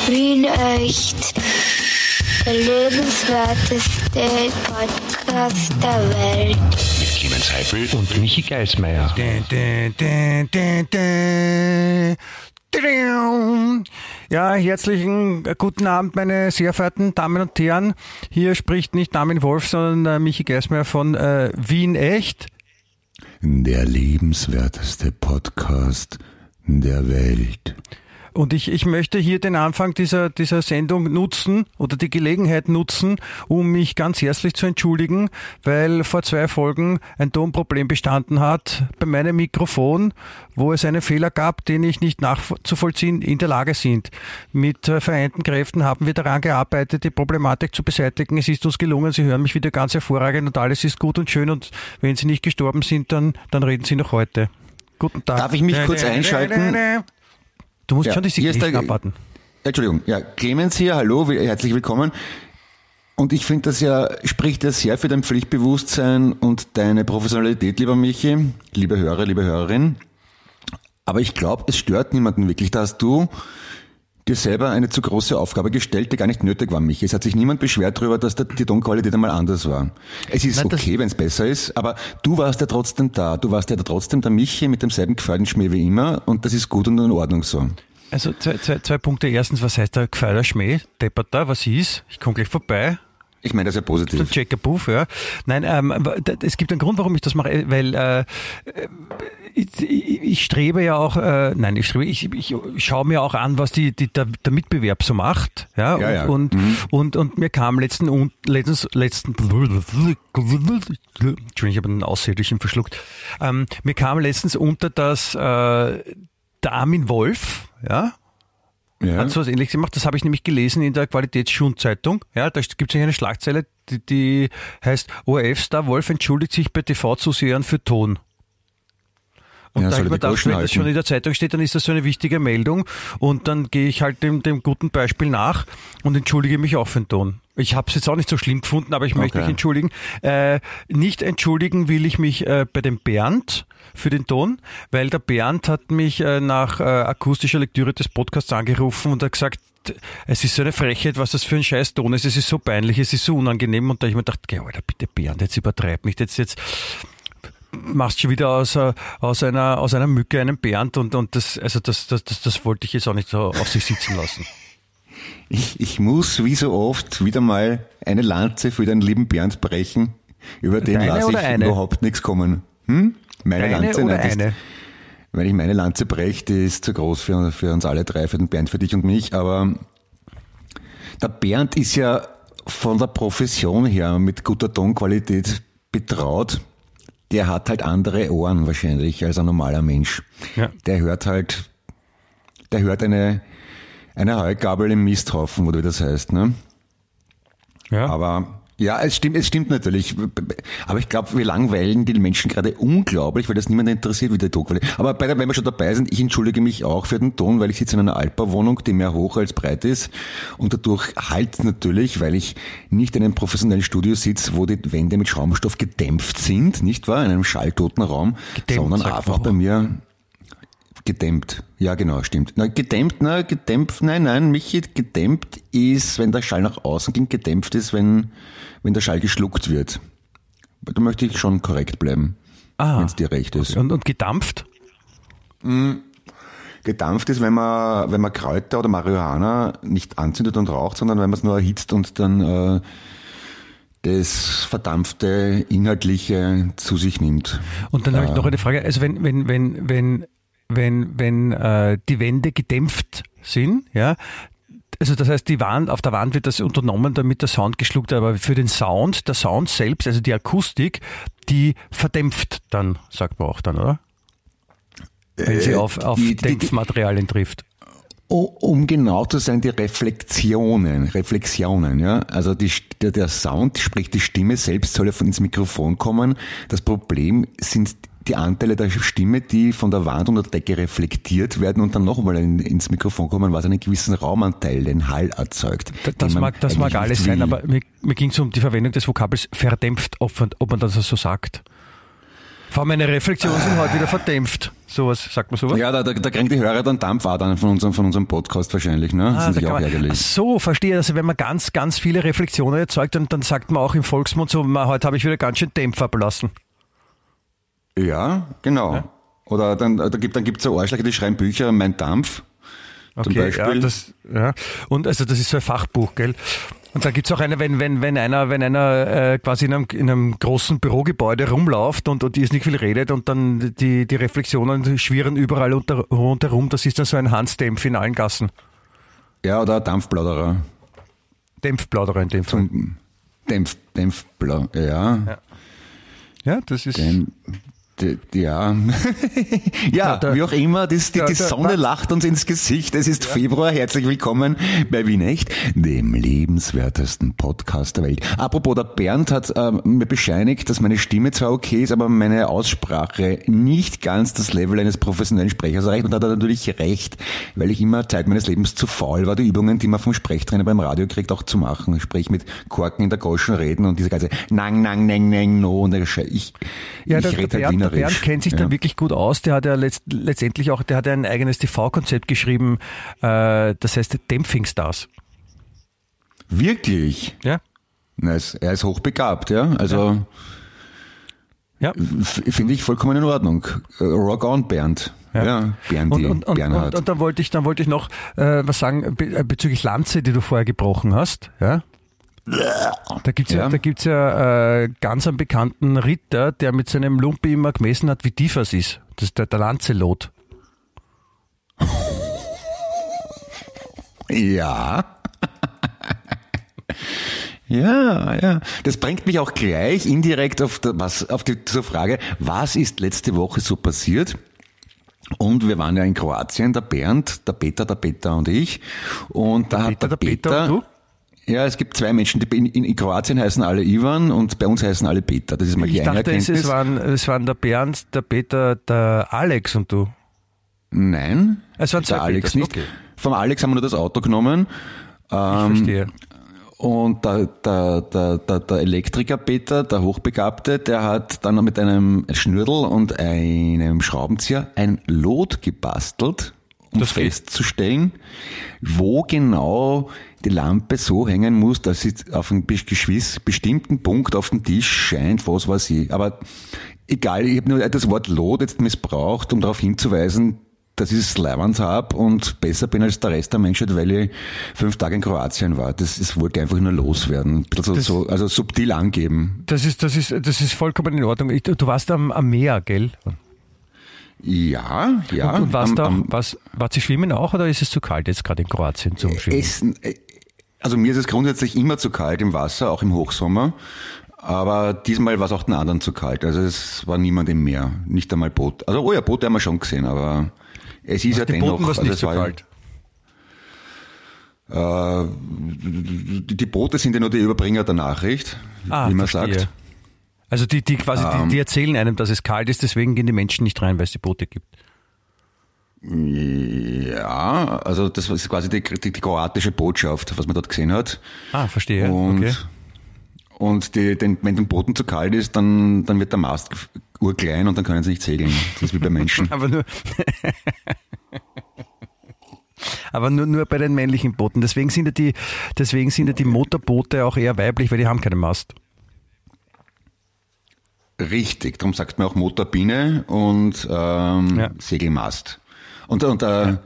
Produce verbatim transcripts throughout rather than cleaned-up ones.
Wien echt. Der lebenswerteste Podcast der Welt. Mit Clemens Heifel und Michi Geismeier. Ja, herzlichen guten Abend, meine sehr verehrten Damen und Herren. Hier spricht nicht Armin Wolf, sondern äh, Michi Geismeier von äh, Wien echt. Der lebenswerteste Podcast der Welt. Und ich, ich möchte hier den Anfang dieser, dieser Sendung nutzen oder die Gelegenheit nutzen, um mich ganz herzlich zu entschuldigen, weil vor zwei Folgen ein Tonproblem bestanden hat bei meinem Mikrofon, wo es einen Fehler gab, den ich nicht nachzuvollziehen in der Lage sind. Mit äh, vereinten Kräften haben wir daran gearbeitet, die Problematik zu beseitigen. Es ist uns gelungen, Sie hören mich wieder ganz hervorragend und alles ist gut und schön, und wenn Sie nicht gestorben sind, dann, dann reden Sie noch heute. Guten Tag. Darf ich mich kurz einschalten? Du musst ja, schon die Signalen abwarten. Entschuldigung, ja, Clemens hier, hallo, herzlich willkommen. Und ich finde, das ja spricht ja sehr für dein Pflichtbewusstsein und deine Professionalität, lieber Michi, liebe Hörer, liebe Hörerin. Aber ich glaube, es stört niemanden wirklich, da hast du dir selber eine zu große Aufgabe gestellt, die gar nicht nötig war, Michi. Es hat sich niemand beschwert darüber, dass die Tonqualität einmal anders war. Es ist Nein, okay, wenn es besser ist, aber du warst ja trotzdem da. Du warst ja trotzdem der Michi mit demselben Gefäudenschmäh wie immer, und das ist gut und in Ordnung so. Also zwei, zwei, zwei Punkte. Erstens, was heißt der Gefäuderschmäh? Deppert da, was ist? Ich komme gleich vorbei. Ich meine das ja positiv. Ein Checker-Buff, ja. Nein, ähm, es gibt einen Grund, warum ich das mache, weil äh, ich, ich strebe ja auch, äh, nein, ich strebe, ich, ich schaue mir auch an, was die, die der, der Mitbewerb so macht, ja, ja, ja. Und, mhm. und, und und mir kam letzten, letztens, letzten, Entschuldigung, ich habe einen Außerirdischen verschluckt, ähm, mir kam letztens unter, dass äh, der Armin Wolf, ja, Ja. hat so was Ähnliches gemacht. Das habe ich nämlich gelesen in der Qualitätsschund-Zeitung. Ja, da gibt es eine Schlagzeile, die, die heißt: O R F-Star Wolf entschuldigt sich bei T V-Zusehern für Ton. Und ja, da habe ich mir gedacht, wenn das schon in der Zeitung steht, dann ist das so eine wichtige Meldung. Und dann gehe ich halt dem, dem guten Beispiel nach und entschuldige mich auch für den Ton. Ich habe es jetzt auch nicht so schlimm gefunden, aber ich möchte okay. mich entschuldigen. Äh, nicht entschuldigen will ich mich äh, bei dem Bernd für den Ton, weil der Bernd hat mich äh, nach äh, akustischer Lektüre des Podcasts angerufen und hat gesagt, es ist so eine Frechheit, was das für ein scheiß Ton ist, es ist so peinlich, es ist so unangenehm. Und da habe ich mir gedacht, geh, Alter, bitte Bernd, jetzt übertreib mich, jetzt, jetzt machst du wieder aus, aus einer, aus einer Mücke einen Bernd, und, und das, also das, das, das, das wollte ich jetzt auch nicht so auf sich sitzen lassen. Ich, ich muss, wie so oft, wieder mal eine Lanze für den lieben Bernd brechen. Über den lasse ich eine? überhaupt nichts kommen. Hm? Meine eine Lanze, oder nein, eine? Ist, wenn ich meine Lanze breche, die ist zu groß für, für uns alle drei, für den Bernd, für dich und mich. Aber der Bernd ist ja von der Profession her mit guter Tonqualität betraut. Der hat halt andere Ohren wahrscheinlich als ein normaler Mensch. Ja. Der hört halt, der hört eine, eine Heugabel im Misthaufen, oder wie das heißt, ne? Ja. Aber, ja, es stimmt, es stimmt natürlich. Aber ich glaube, wir langweilen die Menschen gerade unglaublich, weil das niemand interessiert, wie der Tonqualität. Aber bei der, wenn wir schon dabei sind, ich entschuldige mich auch für den Ton, weil ich sitze in einer Altbauwohnung, die mehr hoch als breit ist. Und dadurch halt natürlich, weil ich nicht in einem professionellen Studio sitze, wo die Wände mit Schaumstoff gedämpft sind, nicht wahr? In einem schalltoten Raum, gedämmt, sondern einfach bei mir gedämmt. Ja, genau, stimmt. Na, gedämmt, na, gedämpft, nein, nein, Michi, gedämmt ist, wenn der Schall nach außen geht, gedämpft ist, wenn, wenn der Schall geschluckt wird. Da möchte ich schon korrekt bleiben, wenn es dir recht ist. Und, und gedampft? Mhm. Gedampft ist, wenn man, wenn man Kräuter oder Marihuana nicht anzündet und raucht, sondern wenn man es nur erhitzt und dann äh, das verdampfte Inhaltliche zu sich nimmt. Und dann habe ich noch eine Frage. Also wenn, wenn, wenn, wenn Wenn, wenn äh, die Wände gedämpft sind, ja, also das heißt, die Wand, auf der Wand wird das unternommen, damit der Sound geschluckt wird, aber für den Sound, der Sound selbst, also die Akustik, die verdämpft dann, sagt man auch dann, oder? Wenn sie auf, auf die, Dämpfmaterialien trifft. Um genau zu sein, die Reflexionen, Reflexionen, ja. Also die, der, der Sound, sprich die Stimme selbst, soll ja von ins Mikrofon kommen. Das Problem sind die Anteile der Stimme, die von der Wand und der Decke reflektiert werden und dann noch einmal in, ins Mikrofon kommen, was einen gewissen Raumanteil, den Hall erzeugt. Das mag, das mag alles sein, aber mir, mir ging es um die Verwendung des Vokabels verdämpft, ob, ob man das so sagt. Vor allem meine Reflexionen sind heute wieder verdämpft. Sowas, sagt man sowas? Ja, da, da, da kriegen die Hörer dann Dampfadern von unserem, von unserem Podcast wahrscheinlich, ne? Das Ah, sind da sich auch kann man, ärgerlich. ach so, verstehe. Also wenn man ganz, ganz viele Reflexionen erzeugt, dann, dann sagt man auch im Volksmund so, man, heute habe ich wieder ganz schön Dämpfer ablassen. Ja, genau. Ja. Oder dann, da gibt, dann gibt's so Arschlöcher, die schreiben Bücher, mein Dampf. Zum Okay, Beispiel. ja, das, ja. Und also das ist so ein Fachbuch, gell? Und da gibt's auch eine, wenn, wenn, wenn einer, wenn einer äh, quasi in einem, in einem großen Bürogebäude rumläuft und, und nicht viel redet und dann die, die Reflexionen schwirren überall unter, rundherum, das ist dann so ein Hans-Dämpf in allen Gassen. Ja, oder Dampfplauderer. Dämpfplauderer in dem Fall. Zum Dämpf, Dämpfplau, ja. Ja. Ja, das ist... Dämpf, d- ja. ja, Da- da- wie auch immer, das, die, da- die da- Sonne was? lacht uns ins Gesicht. Es ist Februar, herzlich willkommen bei Wien Echt, dem lebenswertesten Podcast der Welt. Apropos, der Bernd hat äh, mir bescheinigt, dass meine Stimme zwar okay ist, aber meine Aussprache nicht ganz das Level eines professionellen Sprechers erreicht, und da hat er natürlich recht, weil ich immer Zeit meines Lebens zu faul war, die Übungen, die man vom Sprechtrainer beim Radio kriegt, auch zu machen. Sprich mit Korken in der Goschen reden und diese ganze Nang, Nang, Neng, Neng, No und der Schei- ich, Ja, ich der, der, rede halt Bernd, der wienerisch. Bernd kennt sich ja. da wirklich gut aus. Der hat ja letzt, letztendlich auch, der hat ja ein eigenes T V-Konzept geschrieben, äh, das heißt Dämpfing Stars. Wirklich? Ja. Na, es, er ist hochbegabt, ja. Also Ja. f- finde ich vollkommen in Ordnung. Äh, Rock on, Bernd. Ja, Ja. Berndi, Und, und, und, Bernhard. und, und dann wollte ich, dann wollte ich noch äh, was sagen be, äh, bezüglich Lanze, die du vorher gebrochen hast. Ja. Da gibt's ja, Ja. da gibt's ja äh, ganz einen bekannten Ritter, der mit seinem Lumpi immer gemessen hat, wie tief es ist. Das ist der, der Lancelot. Ja. Ja, ja. Das bringt mich auch gleich indirekt auf, der, was, auf die zur Frage, was ist letzte Woche so passiert? Und wir waren ja in Kroatien, der Bernd, der Peter, der Peter und ich. Und da hat Peter, der der Peter Peter, und du? ja, es gibt zwei Menschen, die in, in, in Kroatien heißen alle Ivan und bei uns heißen alle Peter. Das ist mal die Ich dachte, es, Erkenntnis. es, waren, es waren der Bernd, der Peter, der Alex und du. Nein, Es waren zwei der Alex Peters, nicht. okay. Vom Alex haben wir nur das Auto genommen. Ich Ähm, verstehe. Und der, der, der, der, der Elektriker Peter, der Hochbegabte, der hat dann mit einem Schnürdel und einem Schraubenzieher ein Lot gebastelt, um Das geht. festzustellen, wo genau die Lampe so hängen muss, dass sie auf einen gewiss bestimmten Punkt auf dem Tisch scheint, was weiß ich. Aber egal, ich habe nur das Wort Lot jetzt missbraucht, um darauf hinzuweisen, dass ich es leibend habe und besser bin als der Rest der Menschheit, weil ich fünf Tage in Kroatien war. Das, das wollte ich einfach nur loswerden. Ein bisschen Das- so, also subtil angeben. Das ist, das ist, das ist vollkommen in Ordnung. Ich, du warst am, am Meer, gell? Ja, ja. und und warst am- da auch, am was, war Sie schwimmen auch oder ist es zu kalt jetzt gerade in Kroatien zum Schwimmen? Essen, äh, also mir ist es grundsätzlich immer zu kalt im Wasser, auch im Hochsommer. Aber diesmal war es auch den anderen zu kalt. Also es war niemand im Meer, nicht einmal Boot. Also oh ja, Boote haben wir schon gesehen, aber es ist ja Die dennoch. Booten war es also nicht es so war ja- kalt. Äh, die die Boote sind ja nur die Überbringer der Nachricht, Ah, wie man verstehe. sagt. Also die, die quasi, die, Ähm. die erzählen einem, dass es kalt ist, deswegen gehen die Menschen nicht rein, weil es die Boote gibt. Ja, also das ist quasi die, die, die kroatische Botschaft, was man dort gesehen hat. Ah, verstehe. Und, Okay. und die, den, wenn den Booten zu kalt ist, dann, dann wird der Mast urklein und dann können sie nicht segeln. Das ist wie bei Menschen. Aber nur, aber nur, nur bei den männlichen Booten. Deswegen sind ja die, deswegen sind ja die Motorboote auch eher weiblich, weil die haben keinen Mast. Richtig, darum sagt man auch Motorbiene und ähm, Ja. Segelmast. Und, und äh,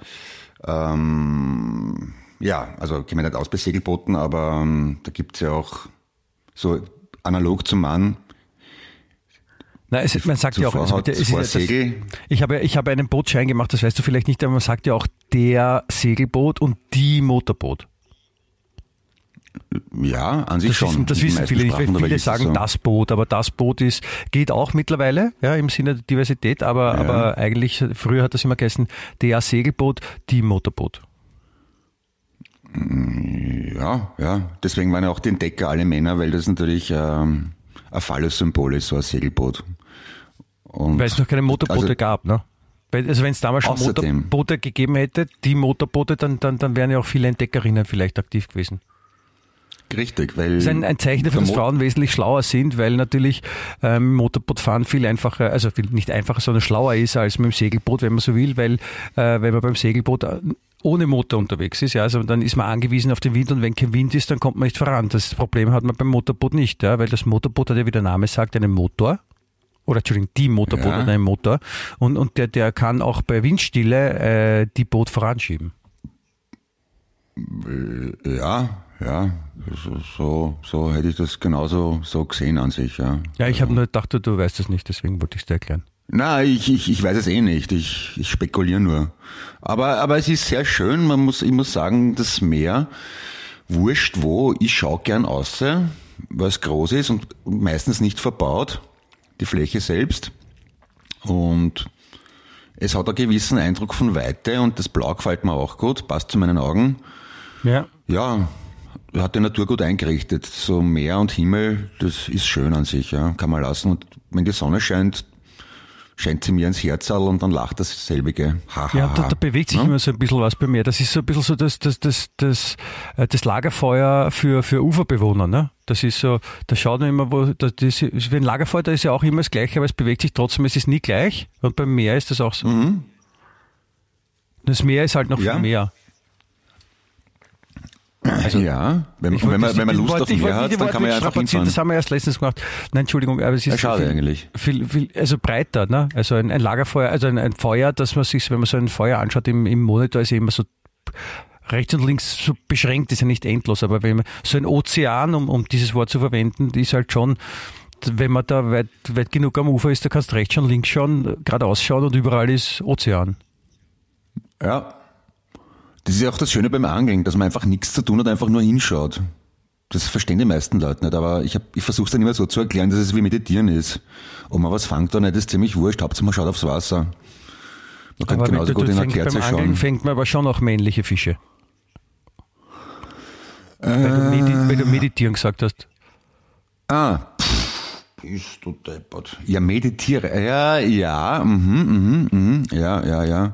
ähm, ja, also gehen wir nicht aus bei Segelbooten, aber ähm, da gibt's ja auch so analog zum Mann. Na, es, man sagt ja auch, Zuvor es, wird ja- hat- es ist zuvor ja das, Segel. ich habe, ich habe einen Bootschein gemacht, das weißt du vielleicht nicht, aber man sagt ja auch der Segelboot und die Motorboot. Ja, an sich Das schon. wissen, das In den wissen meisten viele nicht, weil Sprachen der viele Welt ist es sagen so. das Boot, aber das Boot ist, geht auch mittlerweile, ja, im Sinne der Diversität, aber, Ja. aber eigentlich, früher hat das immer geheißen, der Segelboot, die Motorboot. Ja, ja. Deswegen waren ja auch die Entdecker alle Männer, weil das natürlich ähm, ein Phallus-Symbol ist, so ein Segelboot. Und Weil es noch keine Motorboote also- gab, ne? Weil, also wenn es damals schon Außerdem- Motorboote gegeben hätte, die Motorboote, dann, dann, dann wären ja auch viele Entdeckerinnen vielleicht aktiv gewesen. Richtig, weil... Das ist ein, ein Zeichen dafür, dass Mo- Frauen wesentlich schlauer sind, weil natürlich ähm, Motorbootfahren viel einfacher, also viel, nicht einfacher, sondern schlauer ist als mit dem Segelboot, wenn man so will, weil äh, wenn man beim Segelboot ohne Motor unterwegs ist, ja, also dann ist man angewiesen auf den Wind und wenn kein Wind ist, dann kommt man nicht voran. Das Problem hat man beim Motorboot nicht, ja, weil das Motorboot hat ja, wie der Name sagt, einen Motor. Oder Entschuldigung, die Motorboot Ja. hat einen Motor und, und der, der kann auch bei Windstille äh, die Boot voranschieben. Ja, ja, so, so, so hätte ich das genauso so gesehen an sich, ja. Ja, ich habe nur gedacht, du, du weißt das nicht, deswegen wollte ich es dir erklären. Na, ich, ich, ich weiß es eh nicht. Ich, ich spekuliere nur. Aber, aber es ist sehr schön. Man muss, ich muss sagen, das Meer, wurscht wo, ich schaue gern aus, weil es groß ist und meistens nicht verbaut, die Fläche selbst. Und es hat einen gewissen Eindruck von Weite und das Blau gefällt mir auch gut, passt zu meinen Augen. Ja. Ja, hat die Natur gut eingerichtet. So Meer und Himmel, das ist schön an sich, ja, kann man lassen. Und wenn die Sonne scheint, scheint sie mir ins Herzal und dann lacht das selbige. Ha, ha, Ja, da, ha. da bewegt sich Ja? immer so ein bisschen was bei mir. Das ist so ein bisschen so das, das, das, das, äh, das Lagerfeuer für, für Uferbewohner. Ne? Das ist so, da schaut man immer, wo, das ist, wie ein Lagerfeuer, da ist ja auch immer das Gleiche, aber es bewegt sich trotzdem, es ist nie gleich. Und beim Meer ist das auch so. Mhm. Das Meer ist halt noch Ja. viel mehr. Also, ja, wenn, Ich wenn, wollte man, das- wenn man ich Lust wollte- auf ich Meer wollte hat, nicht- ich dann wollte kann man ja nicht einfach strapazieren, hinfahren. Das haben wir erst letztens gemacht. Nein, Entschuldigung, aber es ist Ja, schade viel, eigentlich. Viel, viel, also breiter, ne? Also ein, ein Lagerfeuer, also ein, ein Feuer, dass man sich, wenn man so ein Feuer anschaut im, im Monitor, ist ja immer so rechts und links so beschränkt, ist ja nicht endlos, aber wenn man so ein Ozean, um, um dieses Wort zu verwenden, ist halt schon, wenn man da weit, weit genug am Ufer ist, da kannst du rechts und links schauen, geradeaus schauen und überall ist Ozean. Ja. Das ist ja auch das Schöne beim Angeln, dass man einfach nichts zu tun hat, einfach nur hinschaut. Das verstehen die meisten Leute nicht, aber ich, hab- ich versuche es dann immer so zu erklären, dass es wie Meditieren ist. Ob man was fängt oder nicht, ist ziemlich wurscht. Hauptsache man schaut aufs Wasser. Man könnte Aber wenn genauso du, gut du in eine fängst Kerze beim Angeln schauen. fängt man aber schon auch männliche Fische. Weil, du medi weil du meditieren gesagt hast. Ah, pff, bist du deppert. Ja, meditiere. Ja, ja, mhm, mhm, mhm, ja, ja, ja.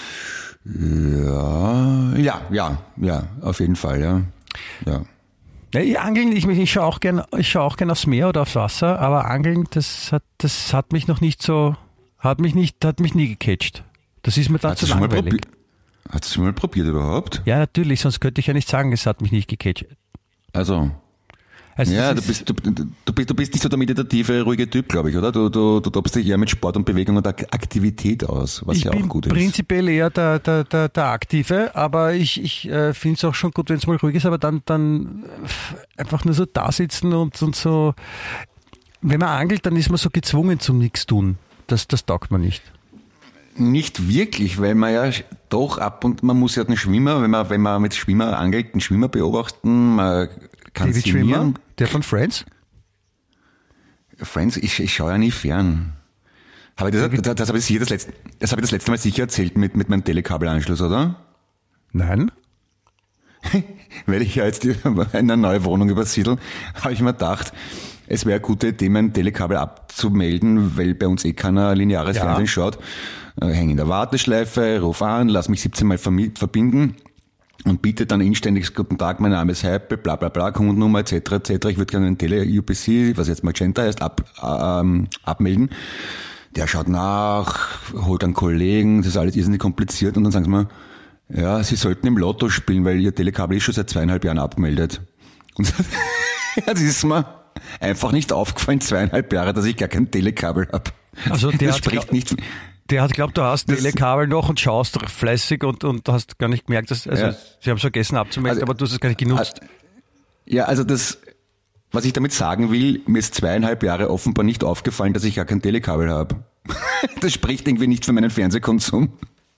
Ja, ja, ja, ja, auf jeden Fall, ja. Ja. Ja, ich Angeln, ich, ich schaue auch gern, ich schaue auch gern aufs Meer oder aufs Wasser, aber Angeln, das hat, das hat mich noch nicht so, hat mich nicht, hat mich nie gecatcht. Das ist mir dann Hast zu du schon mal langweilig. probiert? Hast du schon mal probiert überhaupt? Ja, natürlich, sonst könnte ich ja nicht sagen, es hat mich nicht gecatcht. Also, Also ja, du das ist- bist, du, du, bist, du bist nicht so der meditative, ruhige Typ, glaube ich, oder? Du, du, du tobst dich eher mit Sport und Bewegung und Ak- Aktivität aus, was ich ja bin auch gut ist. prinzipiell eher der, der, der, der Aktive, aber ich, ich äh, finde es auch schon gut, wenn es mal ruhig ist, aber dann, dann äh, einfach nur so da sitzen und, und so. Wenn man angelt, dann ist man so gezwungen zum nichts tun. Das, das taugt man nicht. Nicht wirklich, weil man ja doch ab und man muss ja den Schwimmer, wenn man, wenn man mit Schwimmer angelt, den Schwimmer beobachten, man kann David Schwimmer, sinnieren. der von Friends? Friends, ich, ich schaue ja nie fern. Habe ich das, das, das habe ich sicher das letzte, das habe ich das letzte Mal sicher erzählt mit, mit meinem Telekabelanschluss, oder? Nein. Weil ich ja jetzt in eine neue Wohnung übersiedel, habe ich mir gedacht, es wäre eine gute Idee, mein Telekabel abzumelden, weil bei uns eh keiner lineares Ja. Fernsehen schaut. Äh, Häng in der Warteschleife, ruf an, lass mich siebzehn Mal vermi- verbinden und biete dann inständig guten Tag, mein Name ist Heipe, bla bla bla, Kundennummer et cetera et cetera. Ich würde gerne einen Tele-U P C, was jetzt Magenta heißt, ab, ähm, abmelden. Der schaut nach, holt einen Kollegen, das ist alles irrsinnig kompliziert und dann sagen sie mir, ja, Sie sollten im Lotto spielen, weil Ihr Telekabel ist schon seit zweieinhalb Jahren abgemeldet. Und das ist mir einfach nicht aufgefallen, zweieinhalb Jahre, dass ich gar kein Telekabel habe. Also der das hat spricht glaub- nicht. Der hat glaubt, du hast Das- Telekabel noch und schaust fleißig und, und hast gar nicht gemerkt, dass, also Ja. sie haben es vergessen abzumelden, Also- aber du hast es gar nicht genutzt. Ja, also das, was ich damit sagen will, mir ist zweieinhalb Jahre offenbar nicht aufgefallen, dass ich gar kein Telekabel habe. Das spricht irgendwie nicht für meinen Fernsehkonsum.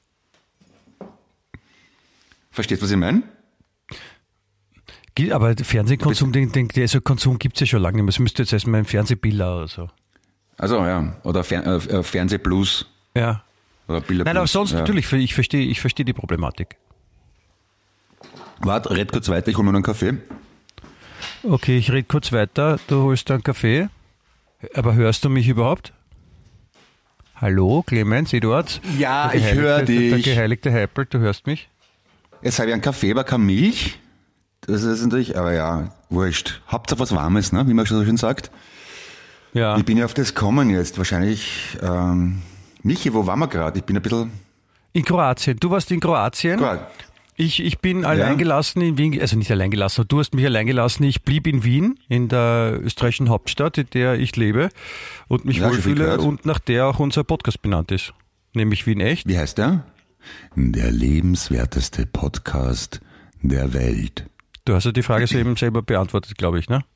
Verstehst du, was ich meine? Gi- Aber der Fernsehkonsum, den, den, der so Konsum gibt es ja schon lange nicht mehr. Es müsste jetzt erstmal ein Fernsehbilder oder so. Also ja, oder Fer äh, äh, Fernsehplus Ja. oder Bilder Nein, aber Plus, sonst ja. natürlich, ich verstehe, ich verstehe die Problematik. Warte, red kurz weiter, ich hole mir noch einen Kaffee. Okay, ich rede kurz weiter. Du holst einen Kaffee. Aber hörst du mich überhaupt? Hallo, Clemens, Eduard? Ja, Der ich geheiligte- höre Der, der dich. geheiligte Heipel, du hörst mich? Jetzt habe ich einen Kaffee, aber keine Milch. Das ist natürlich, aber ja, wurscht. Hauptsache was Warmes, ne? Wie man schon so schön sagt. Ja. Wie bin ich auf das gekommen jetzt? Wahrscheinlich, ähm, Michi, wo waren wir gerade? Ich bin ein bisschen... In Kroatien. Du warst in Kroatien. Gut. Ich, ich bin alleingelassen in Wien, also nicht alleingelassen, du hast mich alleingelassen. Ich blieb in Wien, in der österreichischen Hauptstadt, in der ich lebe und mich Ja, schon viel wohlfühle gehört. und nach der auch unser Podcast benannt ist. Nämlich Wien echt. Wie heißt der? Der lebenswerteste Podcast der Welt. Du hast ja die Frage soeben selber beantwortet, glaube ich, ne?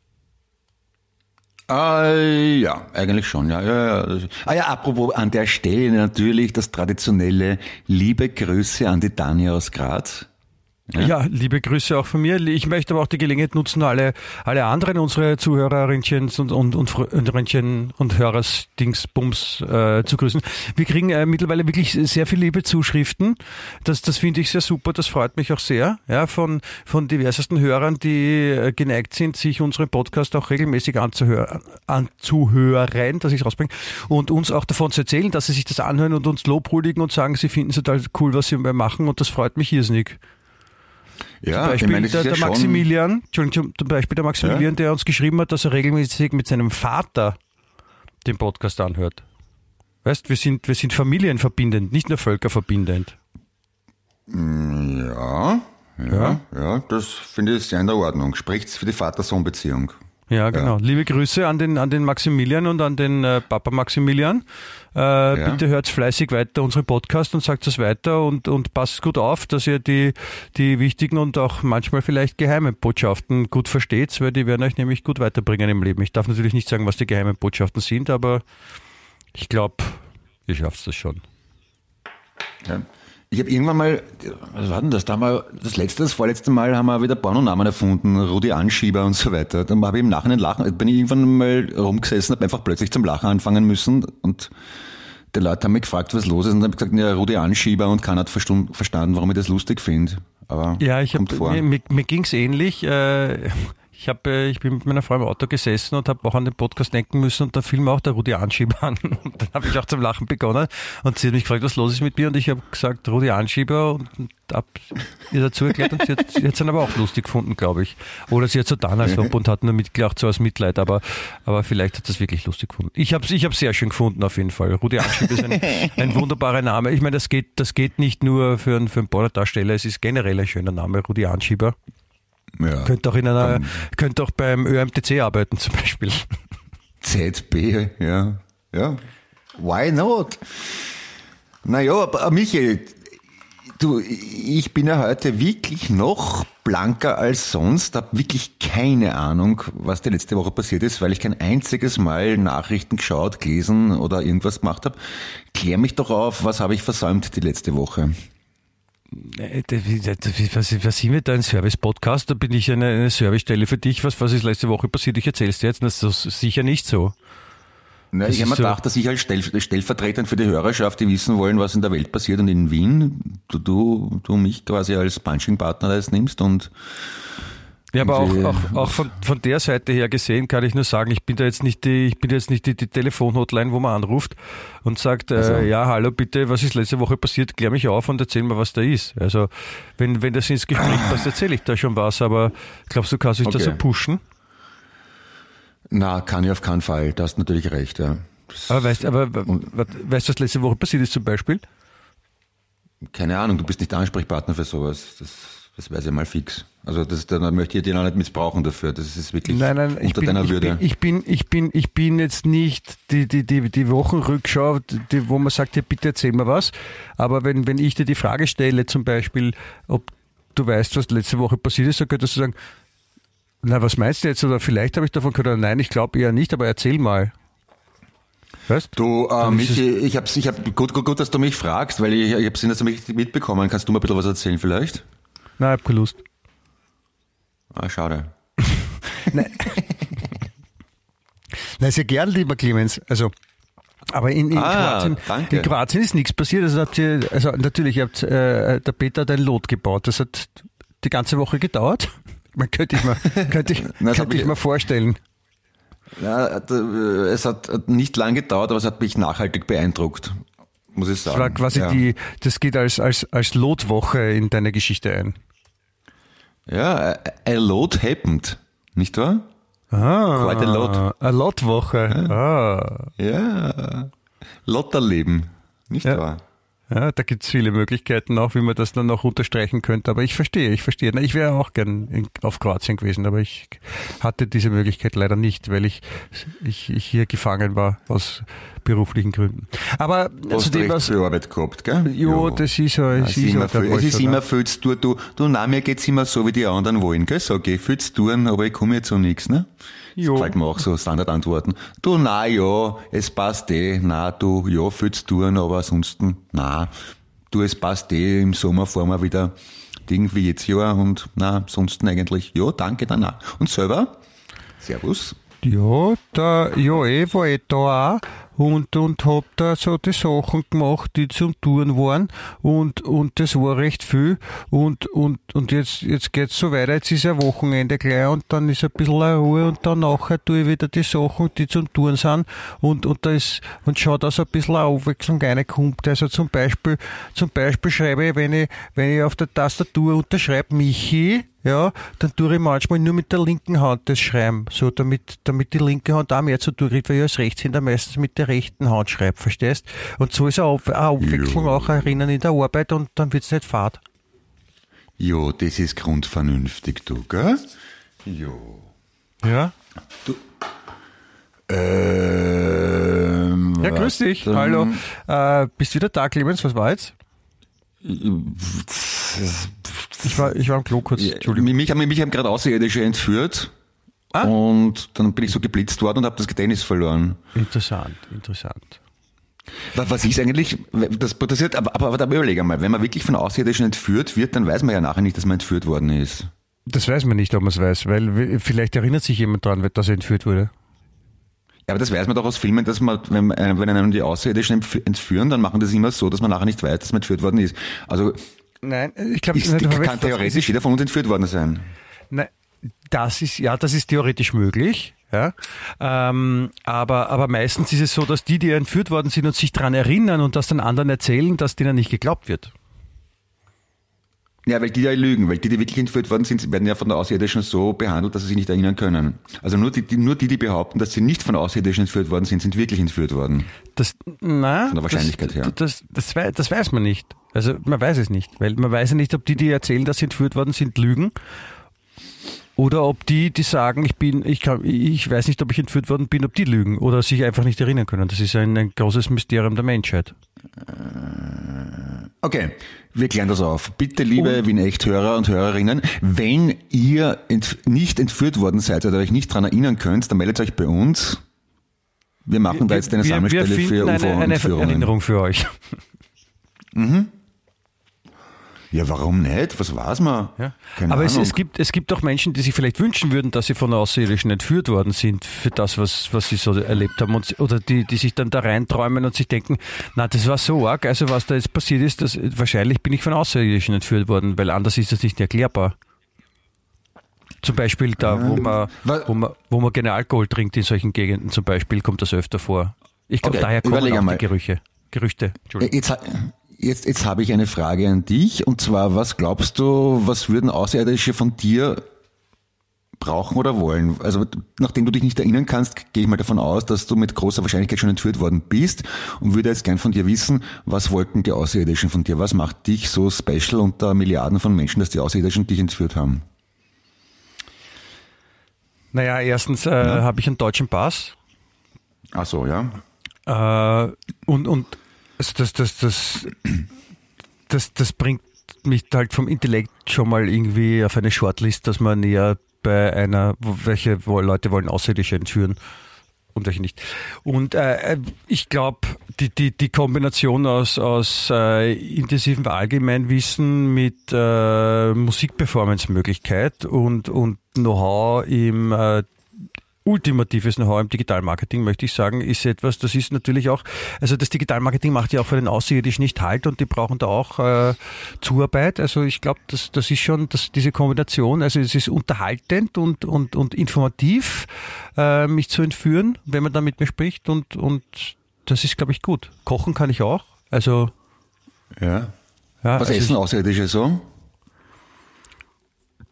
Ah, ja, eigentlich schon, ja, ja, ja. Ah ja, apropos an der Stelle natürlich das traditionelle liebe Grüße an die Tanja aus Graz. Ja. ja, liebe Grüße auch von mir. Ich möchte aber auch die Gelegenheit nutzen, alle, alle anderen unsere Zuhörerinchen und, und, und, und, und Hörersdingsbums äh, zu grüßen. Wir kriegen äh, mittlerweile wirklich sehr viele liebe Zuschriften. Das, das finde ich sehr super. Das freut mich auch sehr. Ja, von, von diversesten Hörern, die äh, geneigt sind, sich unseren Podcast auch regelmäßig anzuhören, anzuhören, dass ich es rausbringe, und uns auch davon zu erzählen, dass sie sich das anhören und uns lobhuligen und sagen, sie finden es total cool, was sie machen, und das freut mich irrsinnig. Ja, zum Beispiel ich meine, das der, ist ja der schon- Maximilian, Entschuldigung, zum Beispiel der Maximilian, Ja? der uns geschrieben hat, dass er regelmäßig mit seinem Vater den Podcast anhört. Weißt, wir sind, wir sind familienverbindend, nicht nur völkerverbindend. Ja, ja, ja, das finde ich sehr in der Ordnung. Spricht's für die Vater-Sohn-Beziehung. Ja, genau. Liebe Grüße an den, an den Maximilian und an den äh, Papa Maximilian. Äh, Ja. Bitte hört fleißig weiter unsere Podcast und sagt es weiter und, und passt gut auf, dass ihr die, die wichtigen und auch manchmal vielleicht geheimen Botschaften gut versteht, weil die werden euch nämlich gut weiterbringen im Leben. Ich darf natürlich nicht sagen, was die geheimen Botschaften sind, aber ich glaube, ihr schafft das schon. Ja. Ich habe irgendwann mal, was war denn das? Da haben wir, das letzte, das vorletzte Mal haben wir wieder Pornonamen erfunden, Rudi Anschieber und so weiter. Dann habe ich im Nachhinein lachen, bin ich irgendwann mal rumgesessen, habe einfach plötzlich zum Lachen anfangen müssen und die Leute haben mich gefragt, was los ist, und dann habe ich gesagt, ja, Rudi Anschieber, und keiner hat verstund, verstanden, warum ich das lustig finde. Aber Ja, ich kommt hab, vor. mir, mir, mir ging's ähnlich. Äh, ich, hab, äh, ich bin mit meiner Frau im Auto gesessen und habe auch an den Podcast denken müssen, und da fiel mir auch der Rudi Anschieber an. Und dann habe ich auch zum Lachen begonnen und sie hat mich gefragt, was los ist mit mir, und ich habe gesagt, Rudi Anschieber, und, und hab ihr dazu erklärt, und sie hat sie hat's dann aber auch lustig gefunden, glaube ich. Oder sie hat so getan, als ob, und hat nur mitgelacht, so aus Mitleid, aber, aber vielleicht hat sie es wirklich lustig gefunden. Ich habe es ich hab's sehr schön gefunden auf jeden Fall. Rudi Anschieber ist ein, ein wunderbarer Name. Ich meine, das geht, das geht nicht nur für einen, für einen Pornodarsteller, es ist generell ein schöner Name, Rudi Anschieber. Ja. Könnte auch in einer, könnte auch beim Ö M T C arbeiten zum Beispiel. Z B, ja. Ja. Why not? Naja, aber Michael, du, ich bin ja heute wirklich noch blanker als sonst, habe wirklich keine Ahnung, was die letzte Woche passiert ist, weil ich kein einziges Mal Nachrichten geschaut, gelesen oder irgendwas gemacht habe. Klär mich doch auf, was habe ich versäumt die letzte Woche? Was, was sind wir da, ein Service-Podcast? Da bin ich eine, eine Servicestelle für dich. Was, was ist letzte Woche passiert? Ich erzähl's dir jetzt. Das ist sicher nicht so. Na, Das ich habe mir ist so- gedacht, dass ich als Stell, Stellvertreter für die Hörerschaft, die wissen wollen, was in der Welt passiert und in Wien, du, du, du mich quasi als Punching-Partner da jetzt nimmst und Ja, aber auch, Und, äh, auch, auch von, von der Seite her gesehen kann ich nur sagen, ich bin da jetzt nicht die, ich bin da jetzt nicht die, die Telefonhotline, wo man anruft und sagt, äh, Also. ja, hallo, bitte, was ist letzte Woche passiert? Klär mich auf und erzähl mir, was da ist. Also, wenn, wenn das ins Gespräch passt, erzähle ich da schon was, aber glaubst du, kannst du dich da Okay. so pushen? na, kann ich auf keinen Fall, da hast du natürlich recht, ja. Das, Aber weißt, aber, weißt du, was letzte Woche passiert ist zum Beispiel? keine Ahnung, du bist nicht der Ansprechpartner für sowas, das, das weiß ich mal fix. Also das, da möchte ich dir noch nicht missbrauchen dafür, das ist wirklich Nein, nein, ich unter bin, deiner ich, Würde. bin, ich bin, ich bin, ich bin jetzt nicht die, die, die, die Wochenrückschau, die, wo man sagt, ja, bitte erzähl mir was. Aber wenn, wenn ich dir die Frage stelle, zum Beispiel, ob du weißt, was letzte Woche passiert ist, dann könntest du sagen, na, was meinst du jetzt? Oder vielleicht habe ich davon gehört, oder nein, ich glaube eher nicht, aber erzähl mal. Weißt Du, äh, Dann ist Michi, ich hab's, ich hab, gut, gut, gut, dass du mich fragst, weil ich, ich hab's nicht mitbekommen. Kannst du mir ein bisschen was erzählen vielleicht? Nein, ich hab keine Lust. Ah, schade. Nein. Nein, sehr gern, lieber Clemens. Also, aber in, in, Ah, Kroatien, danke. in Kroatien ist nichts passiert. Also, habt ihr, also natürlich, ihr habt, äh, der Peter hat ein Lot gebaut. Das hat die ganze Woche gedauert. Man könnte ich mir, könnte ich, Na, das hab könnte ich ich- mir vorstellen. Ja, d- es hat nicht lang gedauert, aber es hat mich nachhaltig beeindruckt, muss ich Das sagen. war quasi ja. die, das geht als, als, als Lotwoche in deine Geschichte ein. Ja, a, a lot happened, nicht wahr? Ah, Quite a lot. A lot Woche. Ja. Ah. Ja, Lotterleben, nicht Ja. wahr? Ja, da gibt's viele Möglichkeiten auch, wie man das dann noch unterstreichen könnte. Aber ich verstehe, ich verstehe. Na, ich wäre auch gern in, auf Kroatien gewesen, aber ich hatte diese Möglichkeit leider nicht, weil ich, ich, ich hier gefangen war aus beruflichen Gründen. Aber Hast zu du dem, echt was... viel Arbeit gehabt, gell? Jo, das ist so. Es ist immer viel, es ist immer viel. viel zu tun. Du, du, na, mir geht's immer so, wie die anderen wollen, gell? Sag ich, viel zu tun, aber ich komme jetzt zu nichts, ne? Das Jo. gefällt mir auch so, Standardantworten. Du, na, ja, es passt eh, na, du, ja, viel zu tun, aber ansonsten, na, du, es passt eh, im Sommer fahren wir wieder irgendwie jetzt Jahr und, na, ansonsten eigentlich, ja, danke, dann na. Und selber? Servus. Ja, da, ja, ich war eh da auch und, und hab da so die Sachen gemacht, die zum Touren waren und, und das war recht viel und, und, und jetzt, jetzt geht's so weiter, jetzt ist ja Wochenende gleich und dann ist ein bisschen eine Ruhe und dann nachher tue ich wieder die Sachen, die zum Touren sind und, und da ist, und schau, dass ein bisschen eine Abwechslung reinkommt. Also zum Beispiel, zum Beispiel schreibe ich, wenn ich, wenn ich auf der Tastatur unterschreibe Michi, ja, dann tue ich manchmal nur mit der linken Hand das Schreiben, so damit, damit die linke Hand auch mehr zu tun kriegt, weil ich als Rechtshänder meistens mit der rechten Hand schreibe, verstehst? Und so ist eine, Ab- eine Abwechslung auch erinnern in der Arbeit und dann wird's nicht fad. Jo, das ist grundvernünftig, du, gell? Jo. Ja? Ähm, Ja, grüß dich. warte. Hallo. Äh, bist wieder da, Clemens? Was war jetzt? Ich war, ich war am Klo kurz. Entschuldigung. Mich, haben- mich haben gerade Außerirdische entführt Ah. und dann bin ich so geblitzt worden und habe das Gedächtnis verloren. Interessant, interessant. Was, was ist eigentlich, das passiert, aber, aber, aber überleg einmal, wenn man wirklich von Außerirdischen entführt wird, dann weiß man ja nachher nicht, dass man entführt worden ist. Das weiß man nicht, ob man es weiß, weil w- vielleicht erinnert sich jemand daran, dass er entführt wurde. Ja, aber das weiß man doch aus Filmen, dass man, wenn, man- wenn einem die Außerirdischen entf- entführen, dann machen das immer so, dass man nachher nicht weiß, dass man entführt worden ist. Also, Nein, ich glaube, ist, kann theoretisch jeder von uns entführt worden sein. Nein, das ist, ja, das ist theoretisch möglich. Ja, ähm, aber, aber meistens ist es so, dass die, die entführt worden sind und sich daran erinnern und das den anderen erzählen, dass denen nicht geglaubt wird. Ja, weil die ja lügen, weil die, die wirklich entführt worden sind, werden ja von der Außerirdischen so behandelt, dass sie sich nicht erinnern können. Also nur die, die, nur die, die behaupten, dass sie nicht von der Außerirdischen entführt worden sind, sind wirklich entführt worden. Das, na, Von der Wahrscheinlichkeit das, her. Das, das, das, wei- das weiß man nicht. Also man weiß es nicht, weil man weiß ja nicht, ob die, die erzählen, dass sie entführt worden sind, lügen. Oder ob die, die sagen, ich bin, ich kann, ich weiß nicht, ob ich entführt worden bin, ob die lügen oder sich einfach nicht erinnern können. Das ist ein, ein großes Mysterium der Menschheit. Okay, wir klären das auf. Bitte, liebe Wien-Echt-Hörer und Hörerinnen, wenn ihr ent, nicht entführt worden seid oder euch nicht daran erinnern könnt, dann meldet euch bei uns. Wir machen da jetzt eine wir, Sammelstelle wir für finden eine, eine U F O-Entführungen. Erinnerung für euch. Ja, warum nicht? Was weiß man? Ja. Keine Aber es, Ahnung. es gibt es gibt auch Menschen, die sich vielleicht wünschen würden, dass sie von Außerirdischen entführt worden sind für das, was was sie so erlebt haben und, oder die die sich dann da reinträumen und sich denken, na, das war so arg, also was da jetzt passiert ist, das, wahrscheinlich bin ich von Außerirdischen entführt worden, weil anders ist das nicht erklärbar. Zum Beispiel da, wo man, Was- wo man, wo man gerne Alkohol trinkt in solchen Gegenden zum Beispiel, kommt das öfter vor. Ich glaube, Okay, daher kommen überleg auch einmal. die Gerüche. Gerüchte. Entschuldigung. Jetzt, ha- jetzt, jetzt habe ich eine Frage an dich, und zwar, was glaubst du, was würden Außerirdische von dir brauchen oder wollen? Also, nachdem du dich nicht erinnern kannst, gehe ich mal davon aus, dass du mit großer Wahrscheinlichkeit schon entführt worden bist und würde jetzt gern von dir wissen, was wollten die Außerirdischen von dir? Was macht dich so special unter Milliarden von Menschen, dass die Außerirdischen dich entführt haben? Naja, erstens äh, habe ich einen deutschen Pass. Ach so, ja. Äh, und und also das, das, das, das, das bringt mich halt vom Intellekt schon mal irgendwie auf eine Shortlist, dass man näher bei einer, wo- welche wo Leute wollen Außerirdische entführen und welche nicht. Und äh, ich glaube, die, die, die Kombination aus, aus äh, intensivem Allgemeinwissen mit äh, Musikperformance-Möglichkeit und, und Know-how im äh, ultimatives Know-how im Digitalmarketing, möchte ich sagen, ist etwas, das ist natürlich auch, also das Digitalmarketing macht ja auch für den Außerirdischen nicht Halt und die brauchen da auch äh, Zuarbeit. Also ich glaube, das, das ist schon das, diese Kombination, also es ist unterhaltend und, und, und informativ, äh, mich zu entführen, wenn man da mit mir spricht und, und das ist, glaube ich, gut. Kochen kann ich auch, also Ja. ja, Was also essen Außerirdische so?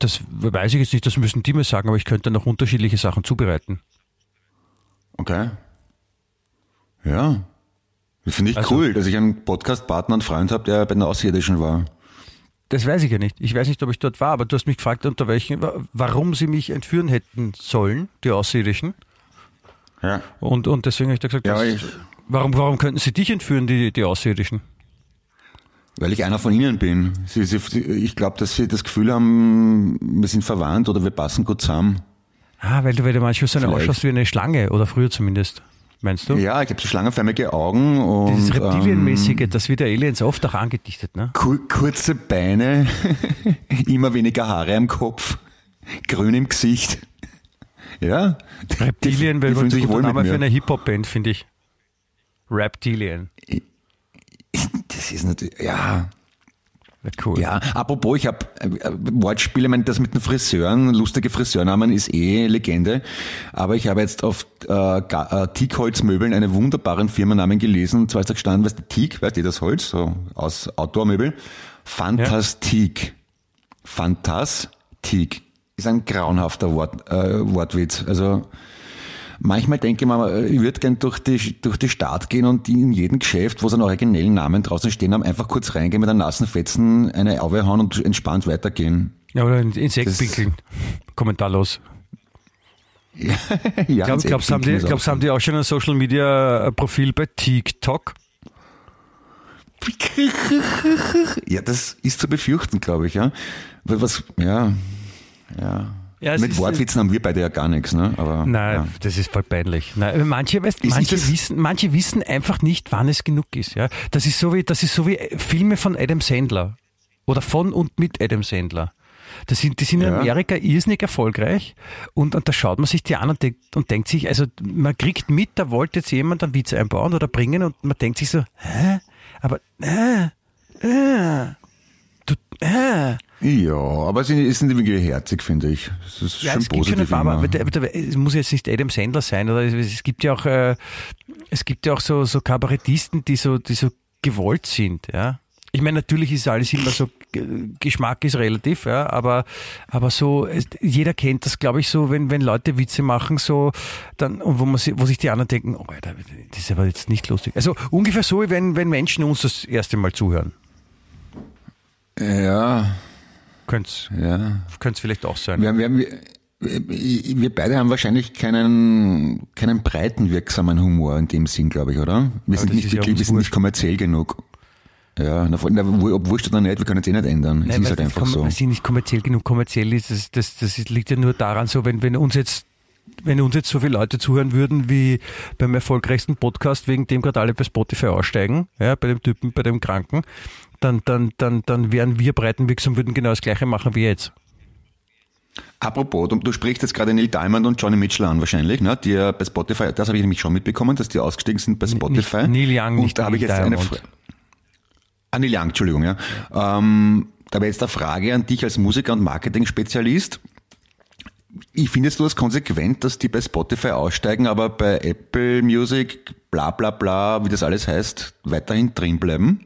das weiß ich jetzt nicht, das müssen die mir sagen, aber ich könnte noch unterschiedliche Sachen zubereiten. Okay. Ja. Finde ich Also, cool, dass ich einen Podcast-Partner, einen Freund habe, der bei den Außerirdischen war. Das weiß ich ja nicht. Ich weiß nicht, ob ich dort war, aber du hast mich gefragt, unter welchen, warum sie mich entführen hätten sollen, die Außerirdischen. Ja. Und, und deswegen habe ich da gesagt, Ja, das, ich, warum, warum könnten sie dich entführen, die, die Außerirdischen? weil ich einer von ihnen bin. Sie, sie, ich glaube, dass sie das Gefühl haben, wir sind verwandt oder wir passen gut zusammen. Ah, weil du, weil du manchmal so eine Vielleicht. ausschaust wie eine Schlange, oder früher zumindest. Meinst du? Ja, ich habe so schlangenförmige Augen und Dieses Reptilienmäßige, ähm, das wird der Aliens oft auch angedichtet, ne? kur- kurze Beine, immer weniger Haare am Kopf, grün im Gesicht. Ja. Reptilien, die, weil die fühlen man sich ein wohl guter mit Name für mir. eine Hip-Hop-Band, finde ich. Reptilien. Das ist natürlich, ja. Ja, cool. Ja, apropos, ich habe äh, Wortspiele, ich meine, das mit den Friseuren, lustige Friseurnamen ist eh Legende, aber ich habe jetzt auf äh, Ga- äh, Teakholzmöbeln einen wunderbaren Firmennamen gelesen, und zwar ist da gestanden, weißt du, Teak, weißt du, das Holz, so aus Outdoor-Möbel, Fantastik. Fantastik. Ist ein grauenhafter Wort, äh, Wortwitz, also manchmal denke ich mir, ich würde gern durch die, durch die Stadt gehen und in jedem Geschäft, wo so einen originellen Namen draußen stehen haben, einfach kurz reingehen mit einem nassen Fetzen, eine Auge hauen und entspannt weitergehen. Ja, oder in Insekt Das- pinkeln. Kommentarlos. Ja, Glaub, ins glaubst du, haben, die- Eckpinkeln ist glaubst, haben die auch schon ein Social Media Profil bei TikTok? auch- Ja, das ist zu befürchten, glaube ich, ja. Weil was, ja, ja. Ja, es mit ist- Wortwitzen haben wir beide ja gar nichts, ne? Aber, Nein, ja. das ist voll peinlich. Nein, manche, weißt, Ist- manche, ist das- wissen, manche wissen einfach nicht, wann es genug ist. Ja? Das ist so wie, das ist so wie Filme von Adam Sandler. Oder von und mit Adam Sandler. Das sind, die sind in Ja. Amerika irrsinnig erfolgreich und, und da schaut man sich die an und denkt, und denkt sich, also man kriegt mit, da wollte jetzt jemand einen Witz einbauen oder bringen und man denkt sich so, hä? Aber, äh, äh, du, äh. Ja, aber sie sind irgendwie herzig, finde ich. Das ist Ja, schon es gibt schon ein positiv paar, immer. aber der- der- es muss jetzt nicht Adam Sandler sein, oder es, es gibt ja auch, äh, es gibt ja auch so, so Kabarettisten, die so, die so gewollt sind, ja. Ich meine, natürlich ist alles immer so, G- Geschmack ist relativ, ja, aber, aber so, es, jeder kennt das, glaube ich, so, wenn, wenn Leute Witze machen, so, dann, und wo man si- wo sich die anderen denken, oh, Alter, das ist aber jetzt nicht lustig. Also ungefähr so, wie wenn, wenn Menschen uns das erste Mal zuhören. Ja, Könnte ja. es vielleicht auch sein. Wir, wir, wir, wir beide haben wahrscheinlich keinen, keinen breiten, wirksamen Humor in dem Sinn, glaube ich, oder? Wir sind das nicht ist ja wirklich, uns wir sind nicht wurscht. kommerziell genug. Ja, na, na, ob wurscht oder nicht, wir können es eh nicht ändern. Es Nein, ist halt weil einfach das so. Wir sind nicht kommerziell genug. Kommerziell ist das, das, das liegt ja nur daran, so wenn, wenn uns jetzt wenn uns jetzt so viele Leute zuhören würden wie beim erfolgreichsten Podcast, wegen dem gerade alle bei Spotify aussteigen, ja, bei dem Typen, bei dem Kranken, dann, dann, dann, dann wären wir breitenwirksam, würden genau das Gleiche machen wie jetzt. Apropos, du, du sprichst jetzt gerade Neil Diamond und Johnny Mitchell an wahrscheinlich, ne? Die ja bei Spotify, das habe ich nämlich schon mitbekommen, dass die ausgestiegen sind bei Spotify. Nicht Neil Young, und nicht da habe ich Neil jetzt eine Diamond. Frage. Ah, Neil Young, Entschuldigung, ja. Ähm, da wäre jetzt eine Frage an dich als Musiker und Marketing-Spezialist. Ich findest du das konsequent, dass die bei Spotify aussteigen, aber bei Apple Music, bla bla bla, wie das alles heißt, weiterhin drin bleiben?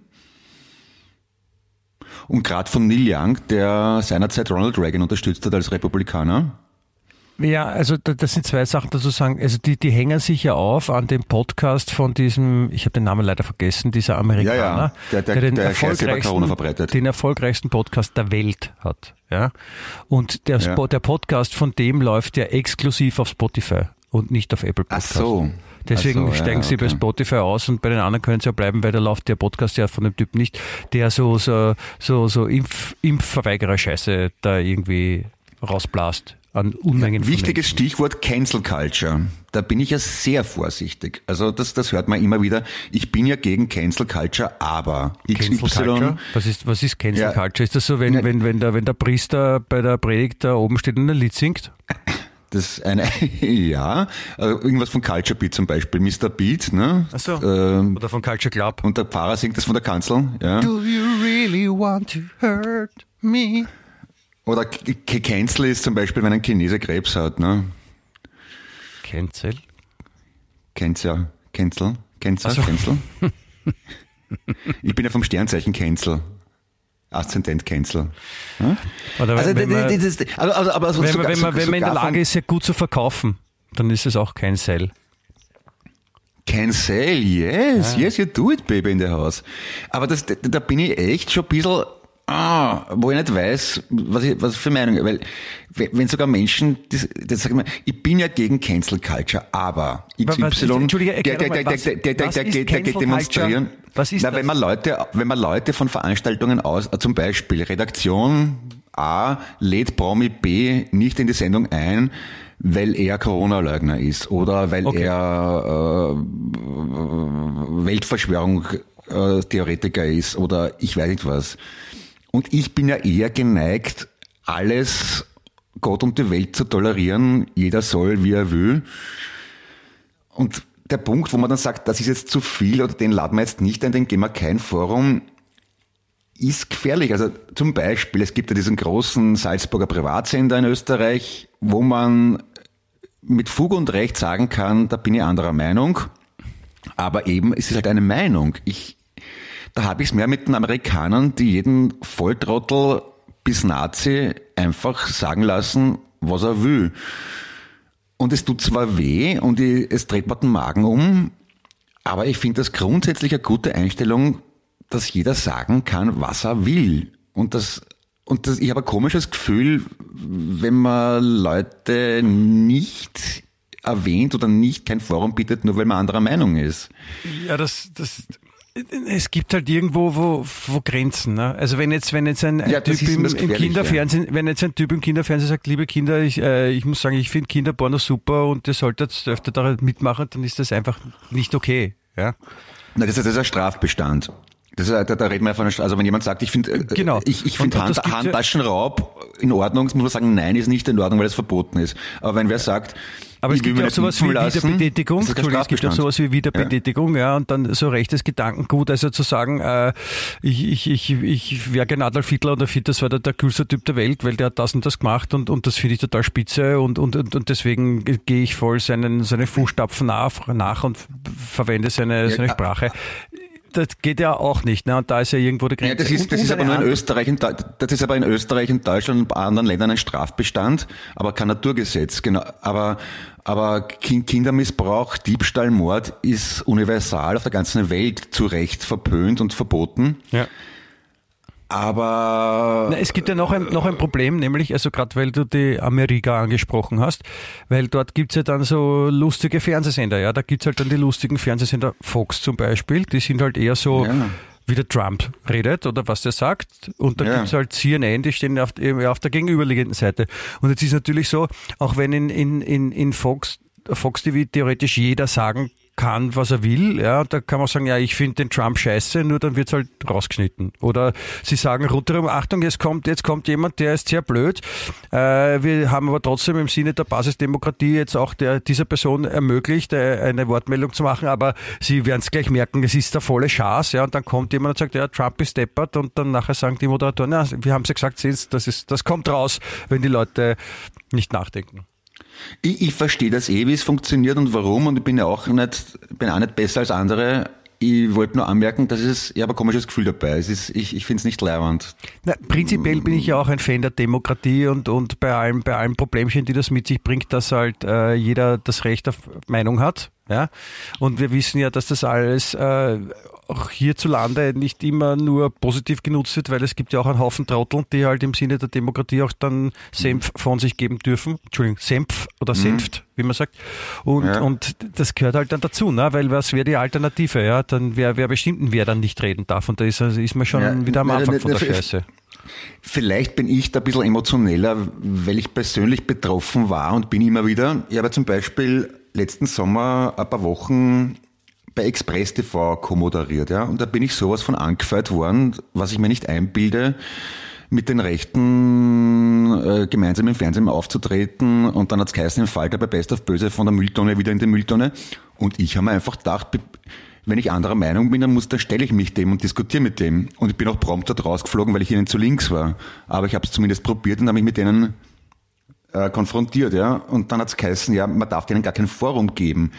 Und gerade von Neil Young, der seinerzeit Ronald Reagan unterstützt hat als Republikaner. Ja, also da- das sind zwei Sachen dazu sagen. Also die, die hängen sich ja auf an dem Podcast von diesem, ich habe den Namen leider vergessen, dieser Amerikaner, Ja, ja, der- der- den, der selber Corona erfolgreichsten, verbreitet. den erfolgreichsten Podcast der Welt hat. Ja? Und der, Ja. Spo- der Podcast von dem läuft ja exklusiv auf Spotify und nicht auf Apple Ach Podcast. so. Deswegen Ach so, ja, steigen sie bei okay. Spotify aus und bei den anderen können sie ja bleiben, weil da läuft der Podcast ja von dem Typ nicht, der so, so, so, so Impf, Impfverweigerer-Scheiße da irgendwie rausblast an Unmengen von Wichtiges Menschen. Stichwort Cancel Culture. Da bin ich ja sehr vorsichtig. Also das, das hört man immer wieder. Ich bin ja gegen Cancel Culture, aber X Cancel Y. Culture? Was ist, was ist Cancel Ja. Culture? Ist das so, wenn, Ja. wenn, wenn, der, wenn der Priester bei der Predigt da oben steht und ein Lied singt? Das eine, ja, also irgendwas von Culture Beat zum Beispiel, Mister Beat, ne? Ach so. Ähm, Oder von Culture Club? und der Pfarrer singt das von der Kanzel, ja. Do you really want to hurt me? Oder K- K- Cancel ist zum Beispiel, wenn ein Chinese Krebs hat, ne? Cancel? Cancel, Cancel, Cancel, Ach so. Cancel. Ich bin ja vom Sternzeichen Cancel. Aszendent Cancel. Hm? Oder also, wenn, man, das, also, also, aber also wenn, sogar, man, wenn, man, wenn man in der von, Lage ist, sehr gut zu verkaufen, dann ist es auch kein Sell. Can sell, yes, ja. yes, you do it, baby, in the house. Aber das, da, da bin ich echt schon ein bisschen, ah, wo ich nicht weiß, was ich, was für Meinung, weil, wenn sogar Menschen, das, das sag ich mal, ich bin ja gegen Cancel Culture, aber X Y, der, der, der, der, der, der, der geht demonstrieren. Was ist Na, das? wenn man Leute, wenn man Leute von Veranstaltungen aus, zum Beispiel Redaktion A lädt Promi B nicht in die Sendung ein, weil er Corona-Leugner ist oder weil okay. er äh, Weltverschwörung-Theoretiker äh, ist oder ich weiß nicht was. Und ich bin ja eher geneigt, alles Gott und die Welt zu tolerieren. Jeder soll, wie er will. Und der Punkt, wo man dann sagt, das ist jetzt zu viel oder den laden wir jetzt nicht ein, den geben wir kein Forum, ist gefährlich. Also zum Beispiel, es gibt ja diesen großen Salzburger Privatsender in Österreich, wo man mit Fug und Recht sagen kann, da bin ich anderer Meinung. Aber eben, es ist halt eine Meinung. Ich, da habe ich es mehr mit den Amerikanern, die jeden Volltrottel bis Nazi einfach sagen lassen, was er will. Und es tut zwar weh und ich, es dreht mir den Magen um, aber ich finde das grundsätzlich eine gute Einstellung, dass jeder sagen kann, was er will. Und das, und das, ich habe ein komisches Gefühl, wenn man Leute nicht erwähnt oder nicht kein Forum bietet, nur weil man anderer Meinung ist. Ja, das, das, es gibt halt irgendwo wo, wo Grenzen. Ne? Also wenn jetzt, wenn jetzt ein, ein ja, Typ im, im Kinderfernsehen, ja. wenn jetzt ein Typ im Kinderfernsehen sagt, liebe Kinder, ich, äh, ich muss sagen, ich finde Kinderporno super und ihr solltet öfter da mitmachen, dann ist das einfach nicht okay. Ja. Na, das ist, das ist ein Strafbestand. Das ist, da, da reden wir von einer, also wenn jemand sagt, ich finde, genau. ich, ich finde Hand, Handtaschenraub in Ordnung, muss man sagen, nein, ist nicht in Ordnung, weil es verboten ist. Aber wenn wer sagt, aber es gibt ja auch sowas wie Wiederbetätigung, Entschuldigung, es gibt ja sowas wie Wiederbetätigung, ja. ja, und dann so rechtes Gedankengut, also zu sagen, äh, ich, ich, ich, ich wäre gerne Adolf Hitler und ich finde, das war der, der coolste Typ der Welt, weil der hat das und das gemacht und, und das finde ich total spitze und, und, und, und deswegen gehe ich voll seinen, seine Fußstapfen nach, nach und verwende seine, seine Sprache. Das geht ja auch nicht, ne? Und da ist ja irgendwo die Grenze. Ja, das ist, das ist aber nur in Österreich, in, das ist aber in Österreich, in Deutschland und anderen Ländern ein Strafbestand, aber kein Naturgesetz, genau. Aber, aber Kindermissbrauch, Diebstahl, Mord ist universal auf der ganzen Welt zu Recht verpönt und verboten. Ja. Aber Na, es gibt ja noch ein, noch ein Problem, nämlich, also gerade weil du die Amerika angesprochen hast, weil dort gibt's ja dann so lustige Fernsehsender, ja, da gibt's halt dann die lustigen Fernsehsender, Fox zum Beispiel, die sind halt eher so, ja. wie der Trump redet oder was der sagt, und da ja. gibt's halt C N N, die stehen auf, auf der gegenüberliegenden Seite. Und jetzt ist natürlich so, auch wenn in, in, in, in Fox, Fox T V theoretisch jeder sagen kann, was er will, ja, da kann man sagen, ja, ich finde den Trump scheiße, nur dann wird's halt rausgeschnitten. Oder sie sagen rundherum, Achtung, jetzt kommt, jetzt kommt jemand, der ist sehr blöd. Äh, wir haben aber trotzdem im Sinne der Basisdemokratie jetzt auch der, dieser Person ermöglicht, äh, eine Wortmeldung zu machen, aber sie werden es gleich merken, es ist der volle Schaß, ja, und dann kommt jemand und sagt, ja, Trump ist deppert, und dann nachher sagen die Moderatoren, ja, wir haben es ja gesagt, das ist, das kommt raus, wenn die Leute nicht nachdenken. Ich, ich verstehe das eh, wie es funktioniert und warum, und ich bin ja auch nicht, bin auch nicht besser als andere. Ich wollte nur anmerken, dass es, ich habe ein komisches Gefühl dabei. Es ist, ich, ich finde es nicht leiwand. Na, prinzipiell bin ich ja auch ein Fan der Demokratie und, und bei allem, bei allen Problemchen, die das mit sich bringt, dass halt äh, jeder das Recht auf Meinung hat. Ja, und wir wissen ja, dass das alles äh, auch hierzulande nicht immer nur positiv genutzt wird, weil es gibt ja auch einen Haufen Trotteln, die halt im Sinne der Demokratie auch dann Senf von sich geben dürfen. Entschuldigung, Senf oder Senft, mhm. wie man sagt. Und, ja. und das gehört halt dann dazu, ne? Weil was wäre die Alternative? Ja, dann wer, wer bestimmt, wer dann nicht reden darf. Und da ist, ist man schon ja, wieder am Anfang ne, ne, von der Scheiße. Vielleicht bin ich da ein bisschen emotioneller, weil ich persönlich betroffen war und bin immer wieder. Ich habe zum Beispiel letzten Sommer ein paar Wochen bei Express T V co-moderiert, ja, und da bin ich sowas von angefeuert worden, was ich mir nicht einbilde, mit den Rechten äh, gemeinsam im Fernsehen aufzutreten, und dann hat's geheißen im Falter bei Best of Böse von der Mülltonne wieder in die Mülltonne, und ich habe mir einfach gedacht, wenn ich anderer Meinung bin, dann muss, dann stelle ich mich dem und diskutiere mit dem, und ich bin auch prompt dort rausgeflogen, weil ich ihnen zu links war, aber ich habe es zumindest probiert und habe mich mit denen äh, konfrontiert, ja, und dann hat's geheißen, ja, man darf denen gar kein Forum geben.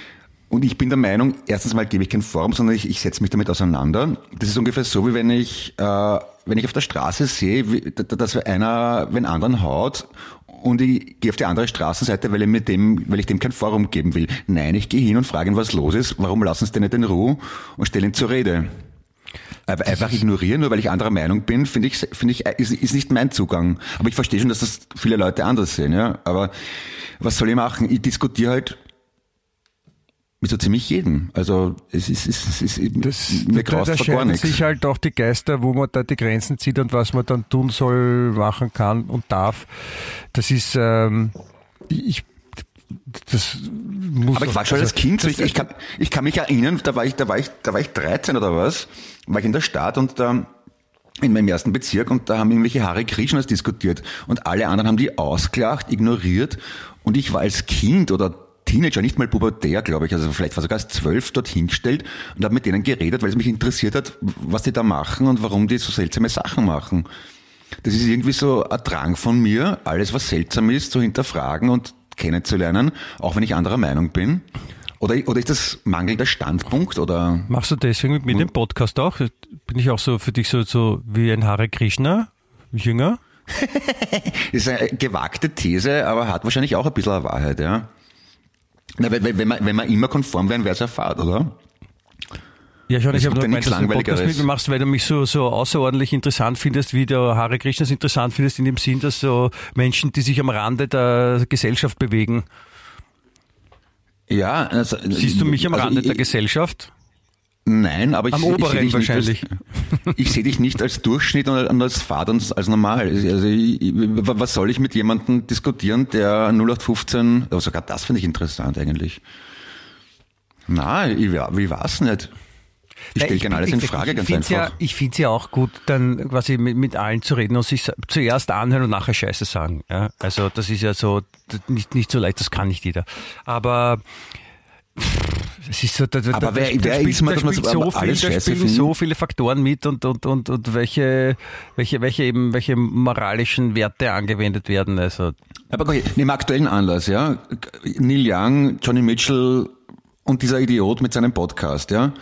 Und ich bin der Meinung, erstens mal gebe ich kein Forum, sondern ich, ich setze mich damit auseinander. Das ist ungefähr so, wie wenn ich äh, wenn ich auf der Straße sehe, wie, dass einer wenn anderen haut und ich gehe auf die andere Straßenseite, weil ich, mit dem, weil ich dem kein Forum geben will. Nein, ich gehe hin und frage ihn, was los ist. Warum lassen sie den nicht in Ruhe und stelle ihn zur Rede? Aber einfach ignorieren, nur weil ich anderer Meinung bin, finde ich, finde ich, ist, ist nicht mein Zugang. Aber ich verstehe schon, dass das viele Leute anders sehen, ja. Aber was soll ich machen? Ich diskutiere halt mit so ziemlich jedem. Also es ist, es ist, es ist das, mir da, da scheiden sich halt auch die Geister, wo man da die Grenzen zieht und was man dann tun soll, machen kann und darf. Das ist, ähm, ich, das muss. Aber ich war schon also, als Kind, so ich, ich, kann, ich kann mich erinnern, da war ich, da war ich, da war ich dreizehn oder was, war ich in der Stadt und da in meinem ersten Bezirk und da haben irgendwelche Hare Krishnas diskutiert und alle anderen haben die ausgelacht, ignoriert und ich war als Kind oder Teenager, nicht mal pubertär, glaube ich, also vielleicht war sogar als zwölf dort hingestellt und habe mit denen geredet, weil es mich interessiert hat, was die da machen und warum die so seltsame Sachen machen. Das ist irgendwie so ein Drang von mir, alles was seltsam ist, zu hinterfragen und kennenzulernen, auch wenn ich anderer Meinung bin. Oder, oder ist das mangelnder Standpunkt? Oder? Machst du deswegen mit mir den Podcast auch? Bin ich auch so für dich so, so wie ein Hare Krishna, Jünger? Das ist eine gewagte These, aber hat wahrscheinlich auch ein bisschen eine Wahrheit, ja. Na, wenn, wenn, man, wenn man immer konform wären, wäre es ja fad, oder? Ja, schon, ich habe nur nichts gemeint, dass du einen Podcast mit mir machst, weil du mich so, so außerordentlich interessant findest, wie du Hare Krishnas interessant findest, in dem Sinn, dass so Menschen, die sich am Rande der Gesellschaft bewegen. Ja. Also, siehst du mich am also Rande ich, der Gesellschaft? Nein, aber ich, am oberen ich wahrscheinlich. Als, ich sehe dich nicht als Durchschnitt und als Fad und als normal. Also ich, was soll ich mit jemandem diskutieren, der null acht fünfzehn, aber sogar das finde ich interessant eigentlich. Na, ich, ich weiß nicht. Ich stelle gerne alles in Frage, ich, ganz ich einfach. Ja, ich finde es ja auch gut, dann quasi mit, mit allen zu reden und sich zuerst anhören und nachher Scheiße sagen. Ja? Also das ist ja so nicht, nicht so leicht, das kann nicht jeder. Aber es ist so, da, da, aber da, wer, da, wer spielt, ist man, da dass spielt man so alles viel, da Scheiße spielen finden? so viele Faktoren mit und, und, und, und welche, welche, welche eben, welche moralischen Werte angewendet werden. Also. Aber okay, nehmen wir aktuellen Anlass, ja. Neil Young, Johnny Mitchell und dieser Idiot mit seinem Podcast, ja.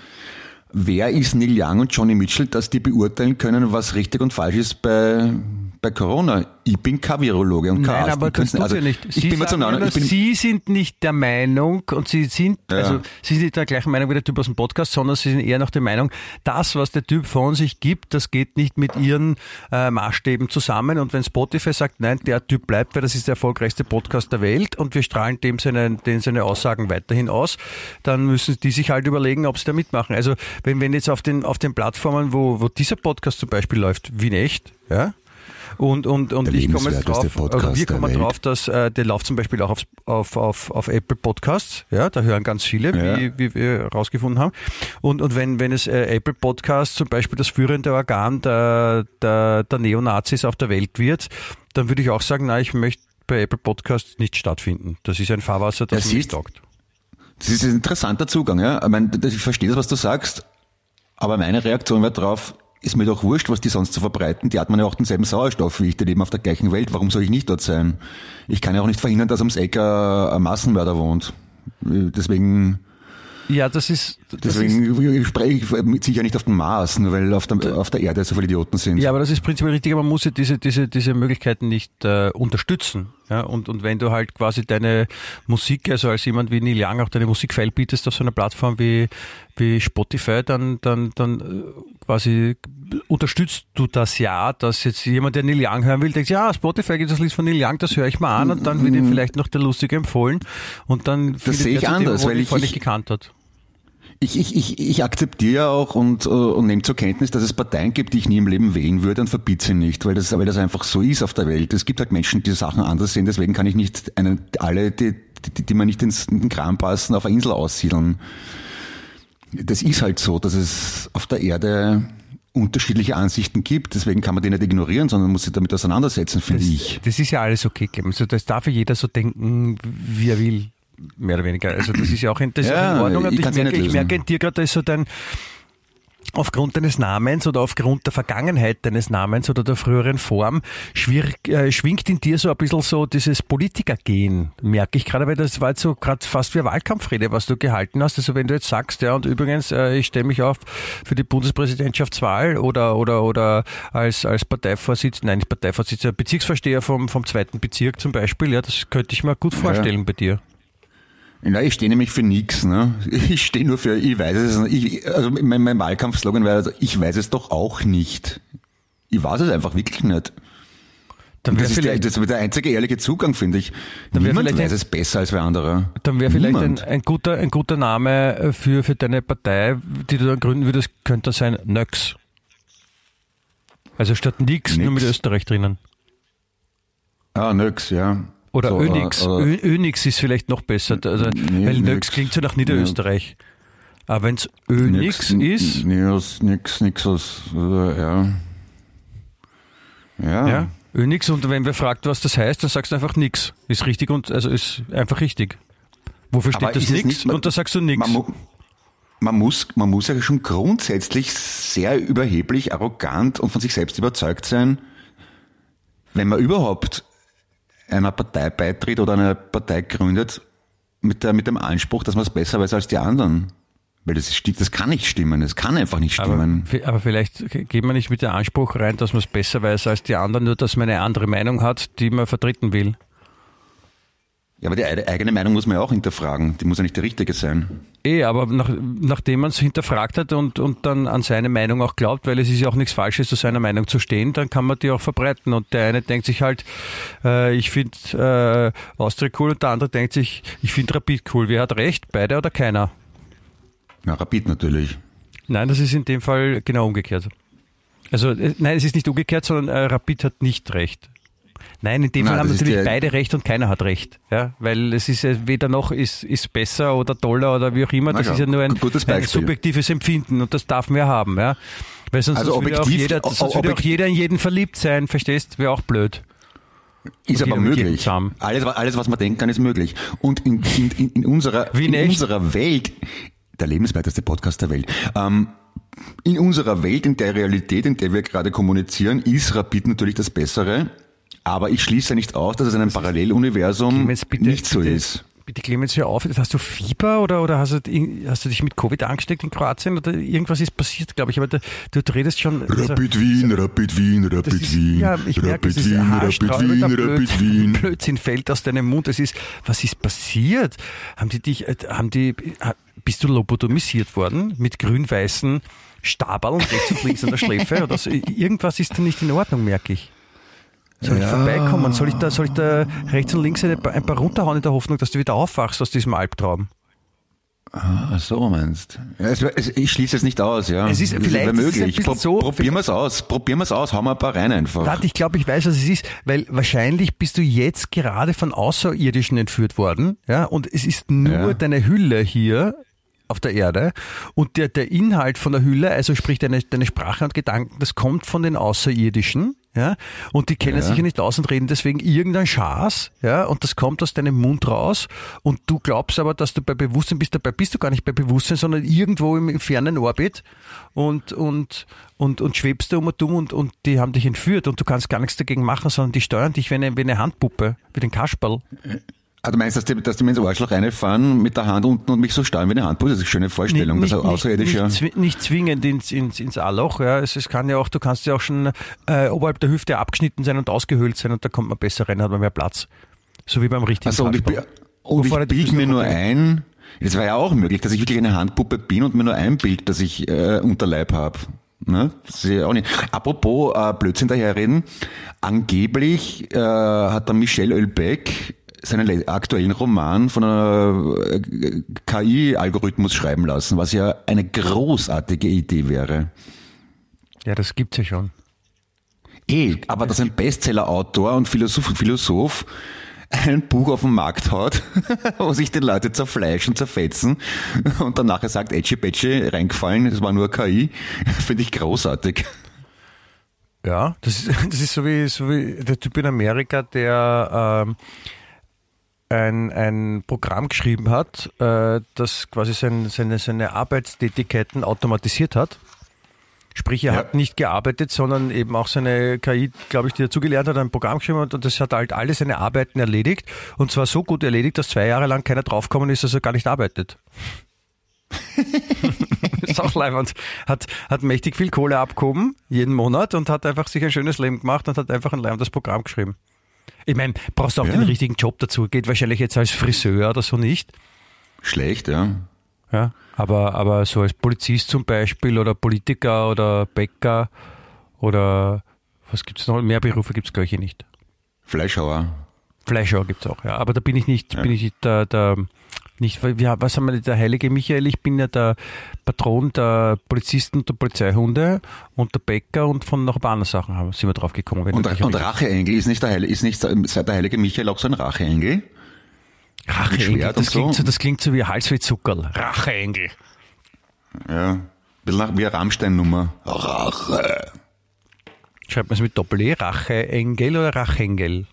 Wer ist Neil Young und Johnny Mitchell, dass die beurteilen können, was richtig und falsch ist bei, bei Corona? Ich bin kein Virologe und kein Nein, Arzt. aber das tut also, ja nicht. Ich Sie, bin mir zu sagen, ich bin, Sie sind nicht der Meinung und Sie sind, ja. also Sie sind nicht der gleichen Meinung wie der Typ aus dem Podcast, sondern Sie sind eher nach der Meinung, das, was der Typ von sich gibt, das geht nicht mit Ihren äh, Maßstäben zusammen. Und wenn Spotify sagt, nein, der Typ bleibt, weil das ist der erfolgreichste Podcast der Welt und wir strahlen dem seine, den seine Aussagen weiterhin aus, dann müssen die sich halt überlegen, ob sie da mitmachen. Also wenn, wenn jetzt auf den, auf den Plattformen, wo, wo dieser Podcast zum Beispiel läuft, wie in echt, ja, Und, und, und ich komme jetzt drauf, oder wir kommen drauf, dass äh, der läuft zum Beispiel auch auf, auf, auf, auf Apple Podcasts, ja, da hören ganz viele, ja. wie, wie wir herausgefunden haben. Und, und wenn, wenn es äh, Apple Podcasts zum Beispiel das führende Organ der, der, der Neonazis auf der Welt wird, dann würde ich auch sagen, na, ich möchte bei Apple Podcasts nicht stattfinden. Das ist ein Fahrwasser, das mir nicht taugt. Das ist ein interessanter Zugang, ja. Ich meine, ich verstehe das, was du sagst, aber meine Reaktion wäre drauf, ist mir doch wurscht, was die sonst so verbreiten. Die atmen ja auch denselben Sauerstoff wie ich, die leben auf der gleichen Welt. Warum soll ich nicht dort sein? Ich kann ja auch nicht verhindern, dass ums Eck ein Massenmörder wohnt. Deswegen... Ja, das ist... Das Deswegen ist, spreche ich sicher nicht auf den Mars, nur weil auf der, auf der Erde so viele Idioten sind. Ja, aber das ist prinzipiell richtig, aber man muss ja diese, diese, diese Möglichkeiten nicht äh, unterstützen. Ja, und, und wenn du halt quasi deine Musik, also als jemand wie Neil Young auch deine Musik feilbietest auf so einer Plattform wie, wie Spotify, dann, dann, dann quasi unterstützt du das ja, dass jetzt jemand, der Neil Young hören will, denkt, ja, Spotify gibt das Lied von Neil Young, das höre ich mal an und dann wird ihm vielleicht noch der Lustige empfohlen und dann das sehe ich anders, weil ich, vorher ich nicht gekannt hat. Ich, ich, ich, ich akzeptiere auch und, und nehme zur Kenntnis, dass es Parteien gibt, die ich nie im Leben wählen würde und verbiete sie nicht, weil das, weil das einfach so ist auf der Welt. Es gibt halt Menschen, die Sachen anders sehen, deswegen kann ich nicht einen, alle, die, die, die mir nicht ins, in den Kram passen, auf einer Insel aussiedeln. Das ist halt so, dass es auf der Erde unterschiedliche Ansichten gibt, deswegen kann man die nicht ignorieren, sondern muss sich damit auseinandersetzen, finde ich. Das ist ja alles okay, Clemens. Also das darf ja jeder so denken, wie er will. Mehr oder weniger. Also das ist ja auch in, das ja, ist auch in Ordnung. Und ich, ich, merke, ja ich merke in dir gerade, da ist so dein, aufgrund deines Namens oder aufgrund der Vergangenheit deines Namens oder der früheren Form schwierig, äh, schwingt in dir so ein bisschen so dieses Politikergehen, merke ich gerade, weil das war jetzt so gerade fast wie eine Wahlkampfrede, was du gehalten hast. Also wenn du jetzt sagst, ja, und übrigens, äh, ich stelle mich auf für die Bundespräsidentschaftswahl oder oder oder als als Parteivorsitzender, nein, nicht Parteivorsitzender, Bezirksvorsteher vom vom zweiten Bezirk zum Beispiel, ja, das könnte ich mir gut vorstellen ja. bei dir. Ja, ich stehe nämlich für nichts, ne? Ich stehe nur für, ich weiß es nicht. Ich, also mein, mein Wahlkampfslogan war, also, ich weiß es doch auch nicht. Ich weiß es einfach wirklich nicht. Dann das, ist der, das ist der einzige ehrliche Zugang, finde ich. Niemand weiß es besser als wer andere. Dann wäre vielleicht ein, ein guter, ein guter Name für, für deine Partei, die du dann gründen würdest, könnte sein Nöx. Also statt nix, nix, nur mit Österreich drinnen. Ah, Nöx, ja. Oder so, Önix. Ö, Önix ist vielleicht noch besser, also, nee, weil Nöx klingt so nach Niederösterreich. Ja. Aber wenn es Önix ist... Nix, nix, nix aus, ja. Ja. Ja, Önix, und wenn wir fragt, was das heißt, dann sagst du einfach nix. Ist richtig und, also ist einfach richtig. Wofür steht Aber das nix? Und da sagst du nix. Man, man, muss, man muss ja schon grundsätzlich sehr überheblich, arrogant und von sich selbst überzeugt sein, wenn man überhaupt einer Partei beitritt oder eine Partei gründet mit, der, mit dem Anspruch, dass man es besser weiß als die anderen. Weil das, ist, das kann nicht stimmen, das kann einfach nicht stimmen. Aber, aber vielleicht geht man nicht mit dem Anspruch rein, dass man es besser weiß als die anderen, nur dass man eine andere Meinung hat, die man vertreten will. Ja, aber die eigene Meinung muss man ja auch hinterfragen, die muss ja nicht die richtige sein. Eh, aber nach, nachdem man es hinterfragt hat und, und dann an seine Meinung auch glaubt, weil es ist ja auch nichts Falsches, zu seiner Meinung zu stehen, dann kann man die auch verbreiten. Und der eine denkt sich halt, äh, ich finde äh, Austria cool, und der andere denkt sich, ich finde Rapid cool. Wer hat recht, beide oder keiner? Ja, Rapid natürlich. Nein, das ist in dem Fall genau umgekehrt. Also, äh, nein, es ist nicht umgekehrt, sondern äh, Rapid hat nicht recht. Nein, in dem Fall Nein, haben natürlich die, beide recht und keiner hat recht. Ja, weil es ist ja weder noch ist, ist besser oder toller oder wie auch immer. Das ja, ist ja nur ein, ein subjektives Empfinden und das darf man ja haben. Ja? Weil sonst also würde auch jeder, sonst würde auch jeder in jeden verliebt sein, verstehst? Wäre auch blöd. Ist aber möglich. Alles, alles, was man denken kann, ist möglich. Und in, in, in, in, unserer, in unserer Welt, der lebenswerteste Podcast der Welt, ähm, in unserer Welt, in der Realität, in der wir gerade kommunizieren, ist Rapid natürlich das Bessere. Aber ich schließe nicht aus, dass es in einem Paralleluniversum Clemens, bitte, nicht so bitte, ist. Bitte Clemens, hör auf. Hast du Fieber oder, oder hast, du, hast du dich mit Covid angesteckt in Kroatien oder irgendwas ist passiert, glaube ich. Aber du, du redest schon... Rapid also, Wien, Rapid Wien, Rapid ist, Wien. Ja, ich merke, Rapid es ist Wien, Rapid Wien, Rapid Wien. Blödsinn fällt aus deinem Mund. Es ist, was ist passiert? Haben die dich, haben die, bist du lobotomisiert worden mit grün-weißen Stabeln rechts und links an der Schläfe? Oder so? Irgendwas ist da nicht in Ordnung, merke ich. Soll ich ja. vorbeikommen? Soll ich da, soll ich da rechts und links ein paar, ein paar runterhauen in der Hoffnung, dass du wieder aufwachst aus diesem Albtraum? Ah, so meinst. Ja, es, es, ich schließe es nicht aus, ja. Es ist, es vielleicht ist möglich. Pro, so, probieren wir es aus. Probieren wir es aus. Hauen wir ein paar rein einfach. Warte, ich glaube, ich weiß, was es ist, weil wahrscheinlich bist du jetzt gerade von Außerirdischen entführt worden, ja, und es ist nur ja. deine Hülle hier auf der Erde und der, der Inhalt von der Hülle, also sprich deine, deine Sprache und Gedanken, das kommt von den Außerirdischen, ja, und die kennen ja. sich ja nicht aus und reden deswegen irgendein Schaß, ja, und das kommt aus deinem Mund raus und du glaubst aber, dass du bei Bewusstsein bist, dabei bist du gar nicht bei Bewusstsein, sondern irgendwo im, im fernen Orbit und, und, und, und schwebst da um und um und, und die haben dich entführt und du kannst gar nichts dagegen machen, sondern die steuern dich wie eine, wie eine Handpuppe, wie den Kasperl. Ah, du meinst, dass die, dass die mir ins Arschloch reinfahren mit der Hand unten und mich so steuern wie eine Handpuppe? Das ist eine schöne Vorstellung. Nicht, das nicht, außerirdisch, nicht, nicht, nicht zwingend ins, ins, ins A-Loch. Ja. Es, es kann ja auch, du kannst ja auch schon äh, oberhalb der Hüfte abgeschnitten sein und ausgehöhlt sein und da kommt man besser rein, hat man mehr Platz. So wie beim richtigen also, und ich, und ich bilde mir nur ein, das war ja auch möglich, dass ich wirklich eine Handpuppe bin und mir nur einbild, dass ich äh, Unterleib habe. Ne? Das ist ja auch nicht. Apropos äh, Blödsinn daherreden, angeblich äh, hat der Michel Houellebecq seinen aktuellen Roman von einer K I-Algorithmus schreiben lassen, was ja eine großartige Idee wäre. Ja, das gibt's ja schon. Eh, aber dass ein Bestseller-Autor und Philosoph, Philosoph ein Buch auf den Markt haut, wo sich die Leute zerfleischen, zerfetzen und dann nachher sagt, Etschi Betschi, reingefallen, das war nur K I, finde ich großartig. Ja, das ist, das ist so wie, so wie der Typ in Amerika, der ähm, ein, ein Programm geschrieben hat, äh, das quasi sein, seine, seine Arbeitstätigkeiten automatisiert hat. Sprich, er Ja. hat nicht gearbeitet, sondern eben auch seine K I, glaube ich, die er zugelernt hat, ein Programm geschrieben hat und das hat halt alle seine Arbeiten erledigt und zwar so gut erledigt, dass zwei Jahre lang keiner draufgekommen ist, dass er gar nicht arbeitet. Ist auch leibend. Hat, hat mächtig viel Kohle abgehoben, jeden Monat und hat einfach sich ein schönes Leben gemacht und hat einfach ein leibendes Programm geschrieben. Ich meine, brauchst du auch Ja. den richtigen Job dazu, geht wahrscheinlich jetzt als Friseur oder so nicht. Schlecht, ja. Ja, aber, aber so als Polizist zum Beispiel oder Politiker oder Bäcker oder was gibt's noch? Mehr Berufe gibt's glaube ich nicht. Fleischhauer. Fleischhauer gibt's auch, ja. Aber da bin ich nicht, ja. bin ich nicht der, der nicht, wir, was haben wir, der heilige Michael, ich bin ja der Patron der Polizisten und der Polizeihunde und der Bäcker und von noch ein paar anderen Sachen haben, sind wir drauf gekommen. Wenn Und, du dich und erinnerst. Racheengel ist nicht der Heilige, ist nicht der, der heilige Michael auch so ein Racheengel? Racheengel, Schwert das und klingt so. so, das klingt so wie Hals wie Zuckerl. Racheengel. Ja. Ein bisschen nach, wie eine Rammstein-Nummer. Rache. Schreibt man es mit Doppel-E, Racheengel oder Rachengel?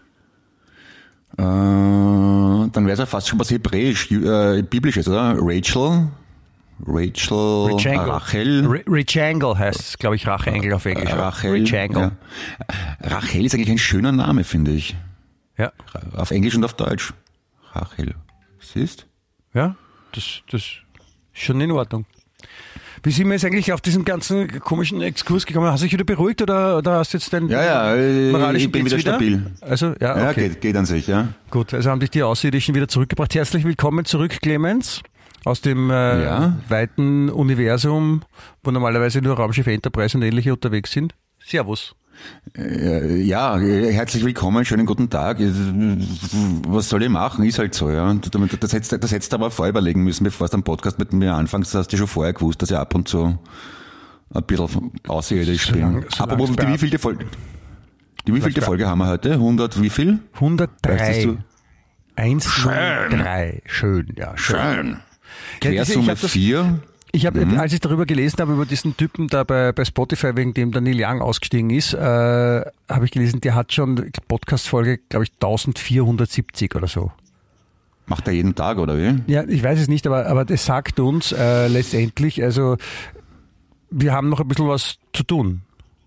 Äh, dann wäre es ja fast schon was Hebräisch, äh, Biblisches, oder? Rachel. Rachel. Rechangle. Rachel. Re- Rechangle heißt es, glaube ich, Racheengel auf Englisch. Äh, Rachel. Rechangle. Ja. Rachel ist eigentlich ein schöner Name, finde ich. Ja. Auf Englisch und auf Deutsch. Rachel. Siehst? Ja, das, das ist schon in Ordnung. Wie sind wir jetzt eigentlich auf diesen ganzen komischen Exkurs gekommen? Hast du dich wieder beruhigt oder, oder hast du jetzt dein Ja, ja, äh, moralischen ich bin Geht's wieder stabil. Also, ja, Ja, okay. geht, geht an sich, ja. Gut, also haben dich die Außerirdischen wieder zurückgebracht. Herzlich willkommen zurück, Clemens, aus dem äh, Ja. weiten Universum, wo normalerweise nur Raumschiff Enterprise und ähnliche unterwegs sind. Servus. Äh, Ja, äh, herzlich willkommen, schönen guten Tag. Äh, Was soll ich machen? Ist halt so, ja. Das hättest, das hättest du aber vorher überlegen müssen, bevor du den Podcast mit mir anfängst. Das hast du schon vorher gewusst, dass ich ab und zu ein bisschen außerirdisch bin. Solange- solange Apropos, es die bei- wievielte Folge? Die wievielte Folge haben wir heute? hundert wie viel? hundertdrei. Weißt du? eins null drei. Schön, ja. Schön. Schön. Ja, diese- ich Quersumme hab das- vier. Ich habe, als ich darüber gelesen habe, über diesen Typen da bei, bei Spotify, wegen dem der Neil Young ausgestiegen ist, äh, habe ich gelesen, der hat schon Podcast-Folge, glaube ich, eintausendvierhundertsiebzig oder so. Macht er jeden Tag, oder wie? Ja, ich weiß es nicht, aber, aber das sagt uns äh, letztendlich, also wir haben noch ein bisschen was zu tun.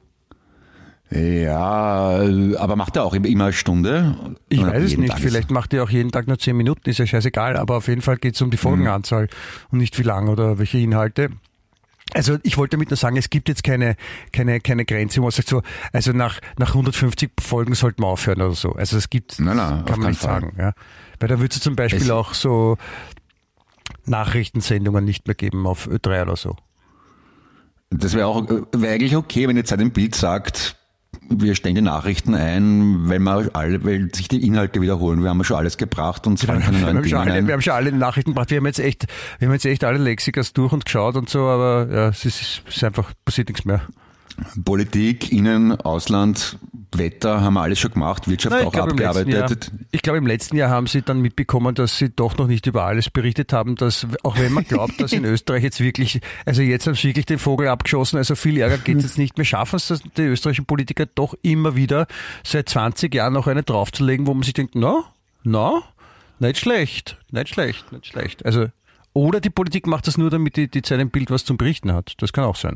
Ja, aber macht er auch immer eine Stunde? Ich Oder weiß es jeden nicht, Tag? vielleicht macht er auch jeden Tag nur zehn Minuten, ist ja scheißegal, aber auf jeden Fall geht es um die Folgenanzahl und nicht wie lang oder welche Inhalte. Also ich wollte damit nur sagen, es gibt jetzt keine keine keine Grenze, wo man sagt so, also nach nach hundertfünfzig Folgen sollte man aufhören oder so. Also es gibt, Nein, nein, auf kann man keinen nicht Fall. sagen. Ja. Weil da würde es zum Beispiel Es- auch so Nachrichtensendungen nicht mehr geben auf Ö drei oder so. Das wäre auch, wäre eigentlich okay, wenn jetzt seit dem Bild sagt, wir stellen die Nachrichten ein, weil wir alle, weil sich die Inhalte wiederholen. Wir haben ja schon alles gebracht und es fallen keine Wir neuen haben, schon Dinge alle, wir ein. haben schon alle Nachrichten gebracht. Wir haben jetzt echt, wir haben jetzt echt alle Lexikers durch und geschaut und so, aber ja, es ist, es ist einfach, passiert nichts mehr. Politik, Innen, Ausland, Wetter haben wir alles schon gemacht, Wirtschaft Na, auch glaube, im letzten Jahr, abgearbeitet. ich glaube, im letzten Jahr haben sie dann mitbekommen, dass sie doch noch nicht über alles berichtet haben, dass, auch wenn man glaubt, dass in Österreich jetzt wirklich, also jetzt haben sie wirklich den Vogel abgeschossen, also viel Ärger geht es jetzt nicht mehr, schaffen es, dass die österreichischen Politiker doch immer wieder seit zwanzig Jahren noch eine draufzulegen, wo man sich denkt, na, na, nicht schlecht, nicht schlecht, nicht schlecht. Also, oder die Politik macht das nur, damit die, die Zeit ein Bild was zum Berichten hat. Das kann auch sein.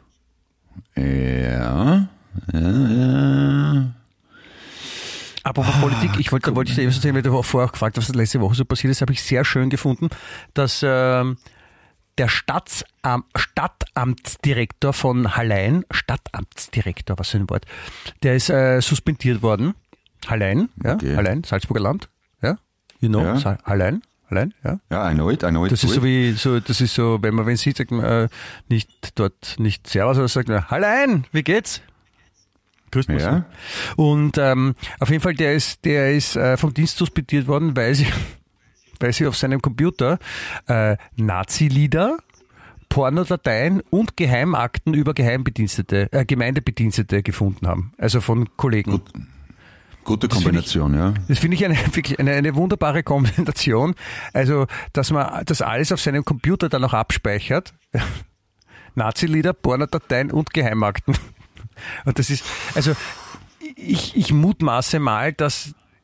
Ja, ja, ja. Apropos Politik, ich wollte, wollte ich dir eben so erzählen, weil du auch vorher auch gefragt hast, was letzte Woche so passiert ist, habe ich sehr schön gefunden, dass ähm, der Stadtam, Stadtamtsdirektor von Hallein, Stadtamtsdirektor, was für ein Wort, der ist äh, suspendiert worden. Hallein, ja, Okay. Hallein, Salzburger Land, ja, you know, Ja. Sa- Hallein, Hallein, ja. Ja, I know it, I know it. Das ist so gut. wie, so, das ist so, wenn man wen sieht, sagt man äh, nicht dort, nicht Servus, sondern sagt man, Hallein, wie geht's? Grüßt man Ja. so. Und ähm, auf jeden Fall, der ist, der ist äh, vom Dienst suspendiert worden, weil sie, weil sie auf seinem Computer äh, Nazi-Lieder, Pornodateien und Geheimakten über Geheimbedienstete, äh, Gemeindebedienstete gefunden haben. Also von Kollegen. Gut. Gute Kombination, ja. Das finde ich eine, wirklich eine, eine wunderbare Kombination. Also, dass man das alles auf seinem Computer dann auch abspeichert. Nazi-Lieder, Pornodateien und Geheimakten. Und das ist, also, ich, ich mutmaße mal, dass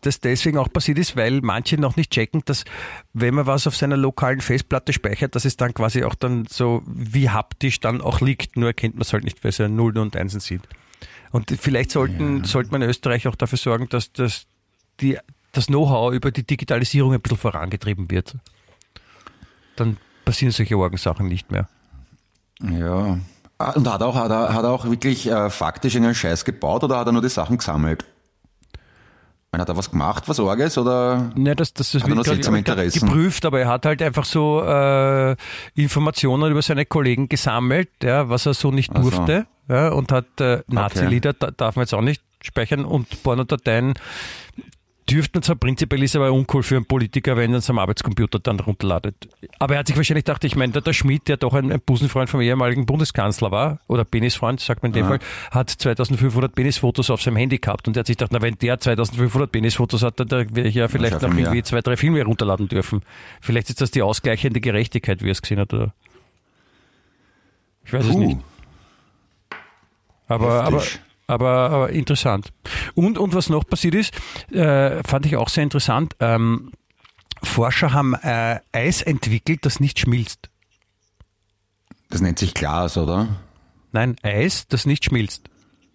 das deswegen auch passiert ist, weil manche noch nicht checken, dass wenn man was auf seiner lokalen Festplatte speichert, dass es dann quasi auch dann so wie haptisch dann auch liegt, nur erkennt man es halt nicht, weil es ja Nullen und Einsen sieht. Und vielleicht sollten, ja. sollte man in Österreich auch dafür sorgen, dass, dass die, das Know-how über die Digitalisierung ein bisschen vorangetrieben wird. Dann passieren solche Orgensachen nicht mehr. Ja. Und hat er auch, hat er, hat er auch wirklich äh, faktisch einen Scheiß gebaut oder hat er nur die Sachen gesammelt? Hat er was gemacht, was Orges, oder ja, das, das, das hat er nur seltsame Interessen? Geprüft, aber er hat halt einfach so äh, Informationen über seine Kollegen gesammelt, ja, was er so nicht Ach durfte. so. Ja, und hat äh, Nazi-Lieder, Okay. da, darf man jetzt auch nicht speichern, und Pornodateien dürfte man zwar prinzipiell, ist aber uncool für einen Politiker, wenn er es am Arbeitscomputer dann runterladet. Aber er hat sich wahrscheinlich gedacht, ich meine, der, der Schmidt, der doch ein, ein Busenfreund vom ehemaligen Bundeskanzler war, oder Penisfreund, sagt man in dem Ja. Fall, hat zweitausendfünfhundert Penisfotos auf seinem Handy gehabt, und er hat sich gedacht, na, wenn der zweitausendfünfhundert Penisfotos hat, dann da werde ich ja vielleicht schaffe noch ich mehr. irgendwie zwei, drei Filme runterladen dürfen. Vielleicht ist das die ausgleichende Gerechtigkeit, wie er es gesehen hat, oder? Ich weiß es Puh. nicht. Aber, aber, Heftig. aber, aber interessant. Und, und was noch passiert ist, äh, fand ich auch sehr interessant. Ähm, Forscher haben äh, Eis entwickelt, das nicht schmilzt. Das nennt sich Glas, oder? Nein, Eis, das nicht schmilzt.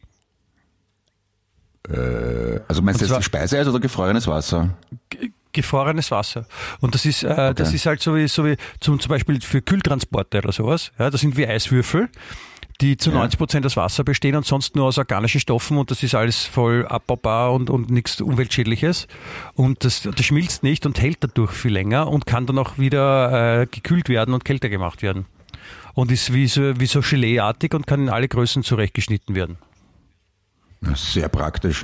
Äh, also meinst du Und zwar- jetzt Speiseeis oder gefrorenes Wasser? G- Gefrorenes Wasser. Und das ist, äh, das ist halt so wie, so wie zum, zum Beispiel für Kühltransporte oder sowas. Ja, das sind wie Eiswürfel, die zu Ja. neunzig Prozent aus Wasser bestehen und sonst nur aus organischen Stoffen, und das ist alles voll abbaubar und, und nichts Umweltschädliches. Und das, das schmilzt nicht und hält dadurch viel länger und kann dann auch wieder äh, gekühlt werden und kälter gemacht werden. Und ist wie so, wie so Gelee-artig und kann in alle Größen zurechtgeschnitten werden. Ja, sehr praktisch.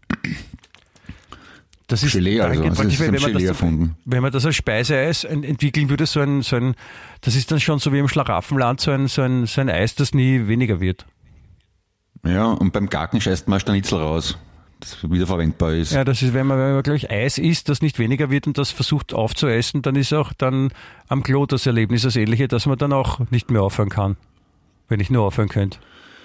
Das ist Gelee also, danke, das praktisch, ist wenn im man Gelee das, erfunden. wenn man das als Speiseeis ent- entwickeln würde, so ein, so ein, das ist dann schon so wie im Schlaraffenland, so ein, so ein, so ein Eis, das nie weniger wird. Ja, und beim Garten scheißt man Schnitzel raus, das wiederverwendbar ist. Ja, das ist, wenn man, wenn man glaube ich, Eis isst, das nicht weniger wird und das versucht aufzuessen, dann ist auch dann am Klo das Erlebnis das ähnliche, dass man dann auch nicht mehr aufhören kann, wenn ich nur aufhören könnte.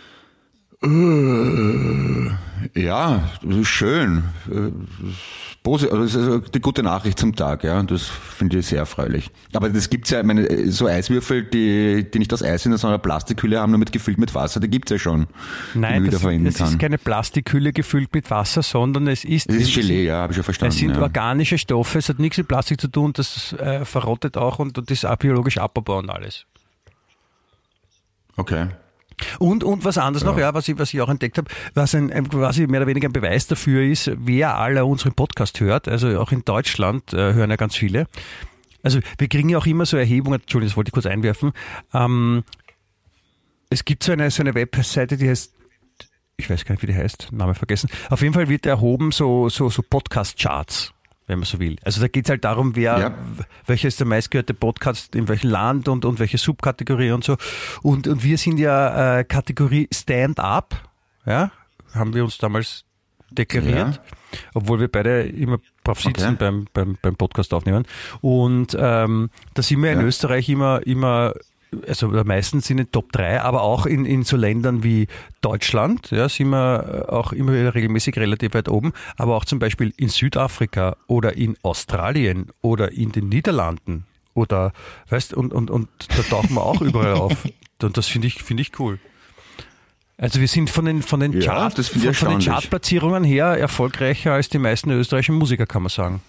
Ja, das ist schön. Äh, posi- also das ist also die gute Nachricht zum Tag, ja. Das finde ich sehr erfreulich. Aber das gibt's ja, ich meine, so Eiswürfel, die, die nicht aus Eis sind, sondern eine Plastikhülle haben, nur mit gefüllt mit Wasser, die gibt's ja schon. die man Nein, wieder das, verwenden das kann. ist keine Plastikhülle gefüllt mit Wasser, sondern es ist, Das ist Gelee, ja, habe ich schon verstanden. es sind ja. organische Stoffe, es hat nichts mit Plastik zu tun, das äh, verrottet auch und, und ist auch biologisch abbaubar und alles. Okay. Und, und was anderes noch, ja, was ich, was ich auch entdeckt habe, was ein, ein quasi mehr oder weniger ein Beweis dafür ist, wer aller unseren Podcast hört, also auch in Deutschland äh, hören ja ganz viele. Also wir kriegen ja auch immer so Erhebungen, Entschuldigung, das wollte ich kurz einwerfen. Ähm, es gibt so eine, so eine Webseite, die heißt, ich weiß gar nicht, wie die heißt, Name vergessen. Auf jeden Fall wird erhoben so, so, so Podcast-Charts, wenn man so will. Also da geht es halt darum, wer, Ja. welcher ist der meistgehörte Podcast in welchem Land und, und welche Subkategorie und so. Und, und wir sind ja äh, Kategorie Stand-up, ja, haben wir uns damals deklariert, Ja. obwohl wir beide immer drauf sitzen Okay. beim, beim, beim Podcast aufnehmen. Und ähm, da sind wir in Ja. Österreich immer, immer also meistens in den Top drei, aber auch in, in so Ländern wie Deutschland, ja, sind wir auch immer wieder regelmäßig relativ weit oben, aber auch zum Beispiel in Südafrika oder in Australien oder in den Niederlanden oder, weißt, und, und, und da tauchen wir auch überall auf. Und das finde ich, finde ich cool. Also wir sind von den, von den, Ja, Chart, das von, finde ich von den erstaunlich. Chartplatzierungen her erfolgreicher als die meisten österreichischen Musiker, kann man sagen.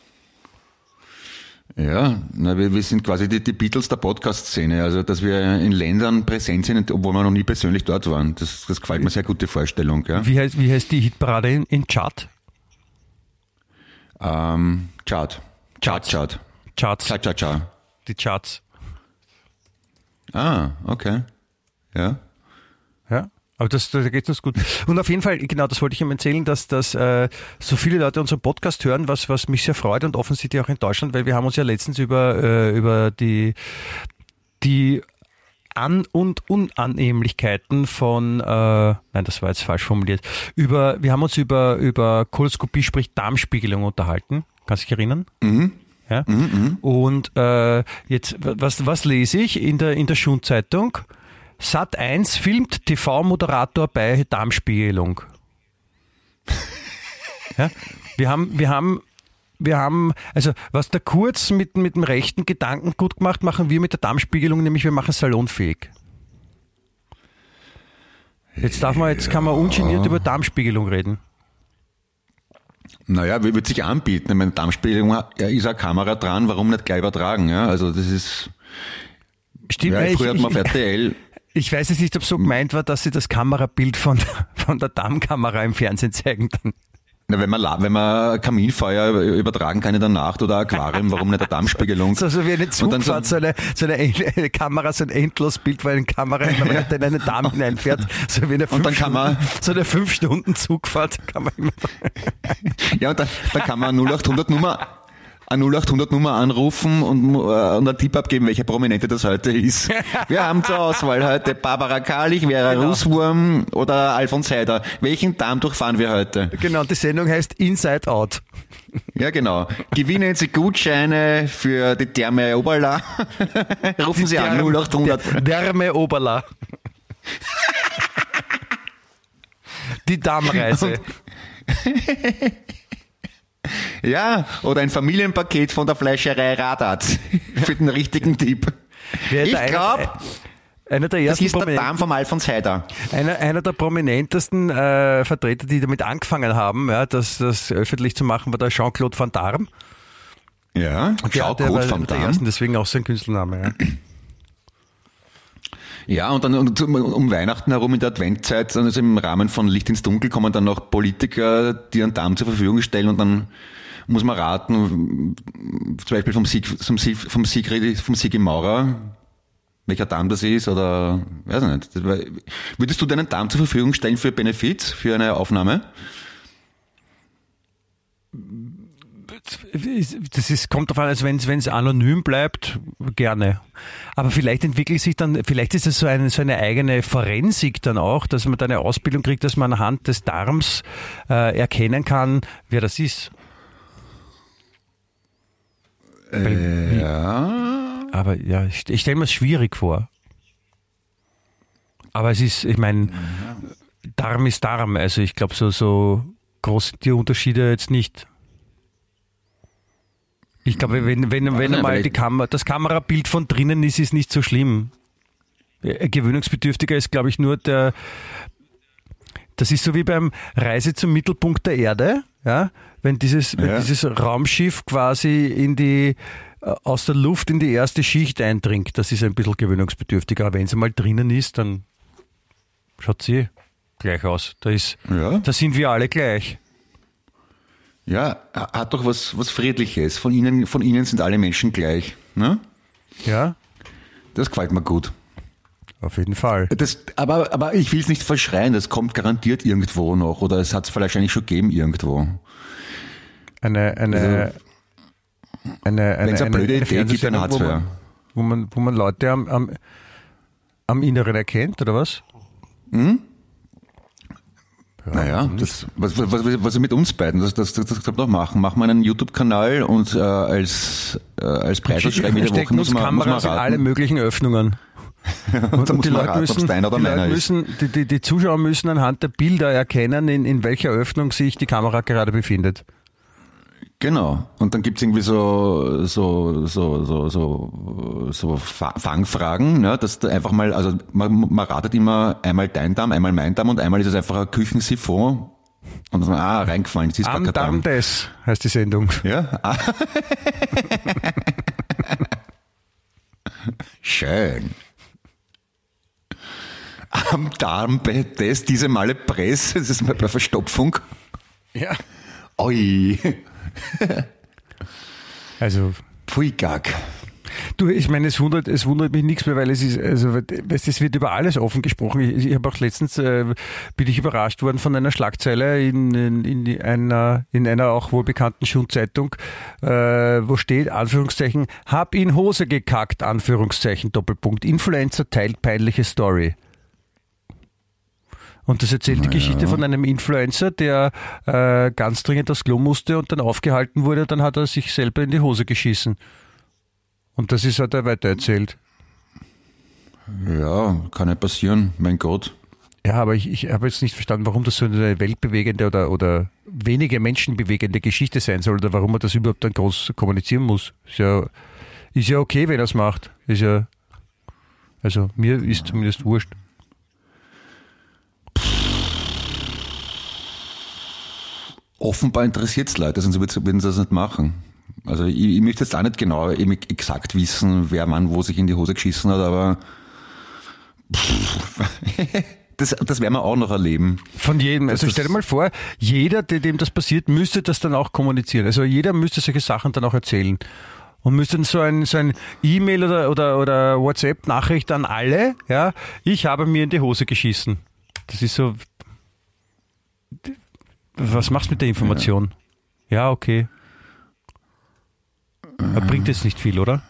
Ja, na, wir, wir sind quasi die, die Beatles der Podcast-Szene, also dass wir in Ländern präsent sind, obwohl wir noch nie persönlich dort waren. Das, das gefällt mir sehr gute Vorstellung. Ja. Wie heißt, wie heißt die Hitparade in, in Chart? Ähm, Chart. Chart, Chart. Charts. Cha, cha, cha. Die Charts. Ah, okay. Ja. Ja. Aber das, da geht uns gut. Und auf jeden Fall, genau, das wollte ich ihm erzählen, dass, dass äh, so viele Leute unseren Podcast hören, was, was mich sehr freut und offensichtlich auch in Deutschland, weil wir haben uns ja letztens über, äh, über die, die An- und Unannehmlichkeiten von, äh, nein, das war jetzt falsch formuliert, über, wir haben uns über, über Koloskopie, sprich Darmspiegelung unterhalten. Kannst du dich erinnern? Mhm. Ja. Mhm, Und äh, jetzt, was, was lese ich in der, in der Schundzeitung? Sat eins filmt T V-Moderator bei Darmspiegelung. Ja? Wir haben, wir haben, wir haben, also was der Kurz mit, mit dem rechten Gedanken gut gemacht, machen wir mit der Darmspiegelung, nämlich wir machen salonfähig. Jetzt darf man, jetzt kann man ungeniert über Darmspiegelung reden. Naja, wie wird sich anbieten? Ich meine, Darmspiegelung, ja, ist eine Kamera dran, warum nicht gleich übertragen? Ja, also das ist. Stimmt, ja, ich, früher hat man auf R T L. Ich weiß jetzt nicht, ob es so gemeint war, dass sie das Kamerabild von, von der Darmkamera im Fernsehen zeigen dann. Na, wenn man, wenn man Kaminfeuer übertragen kann in der Nacht oder Aquarium, warum nicht eine Darmspiegelung? So, so wie eine Zugfahrt, so, so, eine, so eine, eine Kamera, so ein Endlosbild, weil eine Kamera in eine Darm hineinfährt, so wie eine fünf, und dann kann man, so eine fünf Stunden Zugfahrt kann man immer. Ja, und dann, dann kann man eine null acht hundert Nummer, eine null acht hundert Nummer anrufen und, und einen Tipp abgeben, welcher Prominente das heute ist. Wir haben zur Auswahl heute Barbara Karlich, Vera Genau. Russwurm oder Alfons Heider. Welchen Darm durchfahren wir heute? Genau, und die Sendung heißt Inside Out. Ja, genau. Gewinnen Sie Gutscheine für die Therme Oberla. Rufen Sie an, null acht hundert. Therme Oberla. Die Darmreise. Ja, oder ein Familienpaket von der Fleischerei Radat für den richtigen Tipp. Wer Ich der glaube, eine- Einer der das ersten ist der Prominenten- Darm vom Alfons Heider. Einer, einer der prominentesten äh, Vertreter, die damit angefangen haben, ja, das, das öffentlich zu machen, war der Jean-Claude Van Damme. Ja, Der, schau der gut war vom der Darm. ersten, deswegen auch sein Künstlername. Ja. Ja, und dann und um Weihnachten herum in der Adventzeit, also im Rahmen von Licht ins Dunkel, kommen dann noch Politiker, die einen Darm zur Verfügung stellen und dann muss man raten, zum Beispiel vom Sieg, vom Sieg, vom Siegfried, vom Sigi Maurer, welcher Darm das ist oder, weiß ich nicht. Das war- Würdest du deinen Darm zur Verfügung stellen für Benefit, für eine Aufnahme? Das ist, kommt darauf an, also wenn es anonym bleibt, gerne. Aber vielleicht entwickelt sich dann, vielleicht ist es so eine, so eine eigene Forensik dann auch, dass man da eine Ausbildung kriegt, dass man anhand des Darms äh, erkennen kann, wer das ist. Äh, ja. Aber ja, ich, ich stelle mir es schwierig vor. Aber es ist, ich meine, Darm ist Darm. Also ich glaube, so, so groß sind die Unterschiede jetzt nicht. Ich glaube, wenn, wenn, wenn nein, einmal weil- die Kamera, das Kamerabild von drinnen ist, ist nicht so schlimm. Äh, Gewöhnungsbedürftiger ist, glaube ich, nur der, das ist so wie beim Reise zum Mittelpunkt der Erde, ja, wenn dieses, wenn Ja. dieses Raumschiff quasi in die, äh, aus der Luft in die erste Schicht eindringt, das ist ein bisschen gewöhnungsbedürftiger. Aber wenn es einmal drinnen ist, dann schaut sie gleich aus. Da ist, Ja. da sind wir alle gleich. Ja, hat doch was, was Friedliches. Von ihnen, von ihnen sind alle Menschen gleich. Ne? Ja, Das gefällt mir gut. auf jeden Fall. Das, aber, aber ich will es nicht verschreien, das kommt garantiert irgendwo noch oder es hat es wahrscheinlich schon gegeben irgendwo. Eine, eine, eine, eine, Wenn's eine blöde Idee gibt, dann Fernsehsendung, hat's wo man, wer. wo man, wo man Leute am, am, am Inneren erkennt, oder was? Naja, das, was, was, was, was ist mit uns beiden? Das, das, das, das kann man doch machen. Machen wir einen YouTube-Kanal und äh, als, äh, als Preisausschreiben jede Woche muss man, muss man Kameras in alle raten. möglichen Öffnungen. Und dann muss die man Leute raten, ob es müssen, deiner oder die, meiner Leute ist. müssen die, die, die Zuschauer müssen anhand der Bilder erkennen, in, in welcher Öffnung sich die Kamera gerade befindet. Genau. Und dann gibt's irgendwie so, so, so, so, so, so Fa- Fangfragen, ne? Dass da einfach mal, also man, man ratet immer einmal dein Darm, einmal mein Darm und einmal ist es einfach ein Küchensiphon. Und dann, ah, reingefallen, das ist gar Am kein Darm Darm. des heißt die Sendung. Ja? Ah. Schön. Am Darm bei das, diese Male Press, das ist mal bei Verstopfung. Ja. Oi. Also Pfui Gag. du, ich meine, es wundert, es wundert mich nichts mehr, weil es ist, also weißt, es wird über alles offen gesprochen. Ich, ich habe auch letztens äh, bin ich überrascht worden von einer Schlagzeile in, in, in die- einer in einer auch wohlbekannten Schundzeitung, äh, wo steht Anführungszeichen hab in Hose gekackt Anführungszeichen Doppelpunkt Influencer teilt peinliche Story. Und das erzählt die Geschichte von einem Influencer, der äh, ganz dringend aufs Klo musste und dann aufgehalten wurde, dann hat er sich selber in die Hose geschissen. Und das ist, hat er weiter erzählt. Ja, kann ja passieren, mein Gott. Ja, aber ich, ich habe jetzt nicht verstanden, warum das so eine weltbewegende oder, oder wenige Menschen bewegende Geschichte sein soll oder warum man das überhaupt dann groß kommunizieren muss. Ist ja, ist ja okay, wenn er es macht. Ist ja, also mir ist zumindest wurscht. Offenbar interessiert es Leute, sonst würden sie das nicht machen. Also ich, ich möchte jetzt auch nicht genau eben exakt wissen, wer wann wo sich in die Hose geschissen hat, aber Das, das werden wir auch noch erleben. Von jedem. Also stell dir mal vor, jeder, dem das passiert, müsste das dann auch kommunizieren. Also jeder müsste solche Sachen dann auch erzählen. Und müsste so ein, so ein E-Mail oder, oder, oder WhatsApp-Nachricht an alle, ja, ich habe mir in die Hose geschissen. Das ist so, was machst du mit der Information? Ja, ja okay. Aber bringt jetzt nicht viel, oder?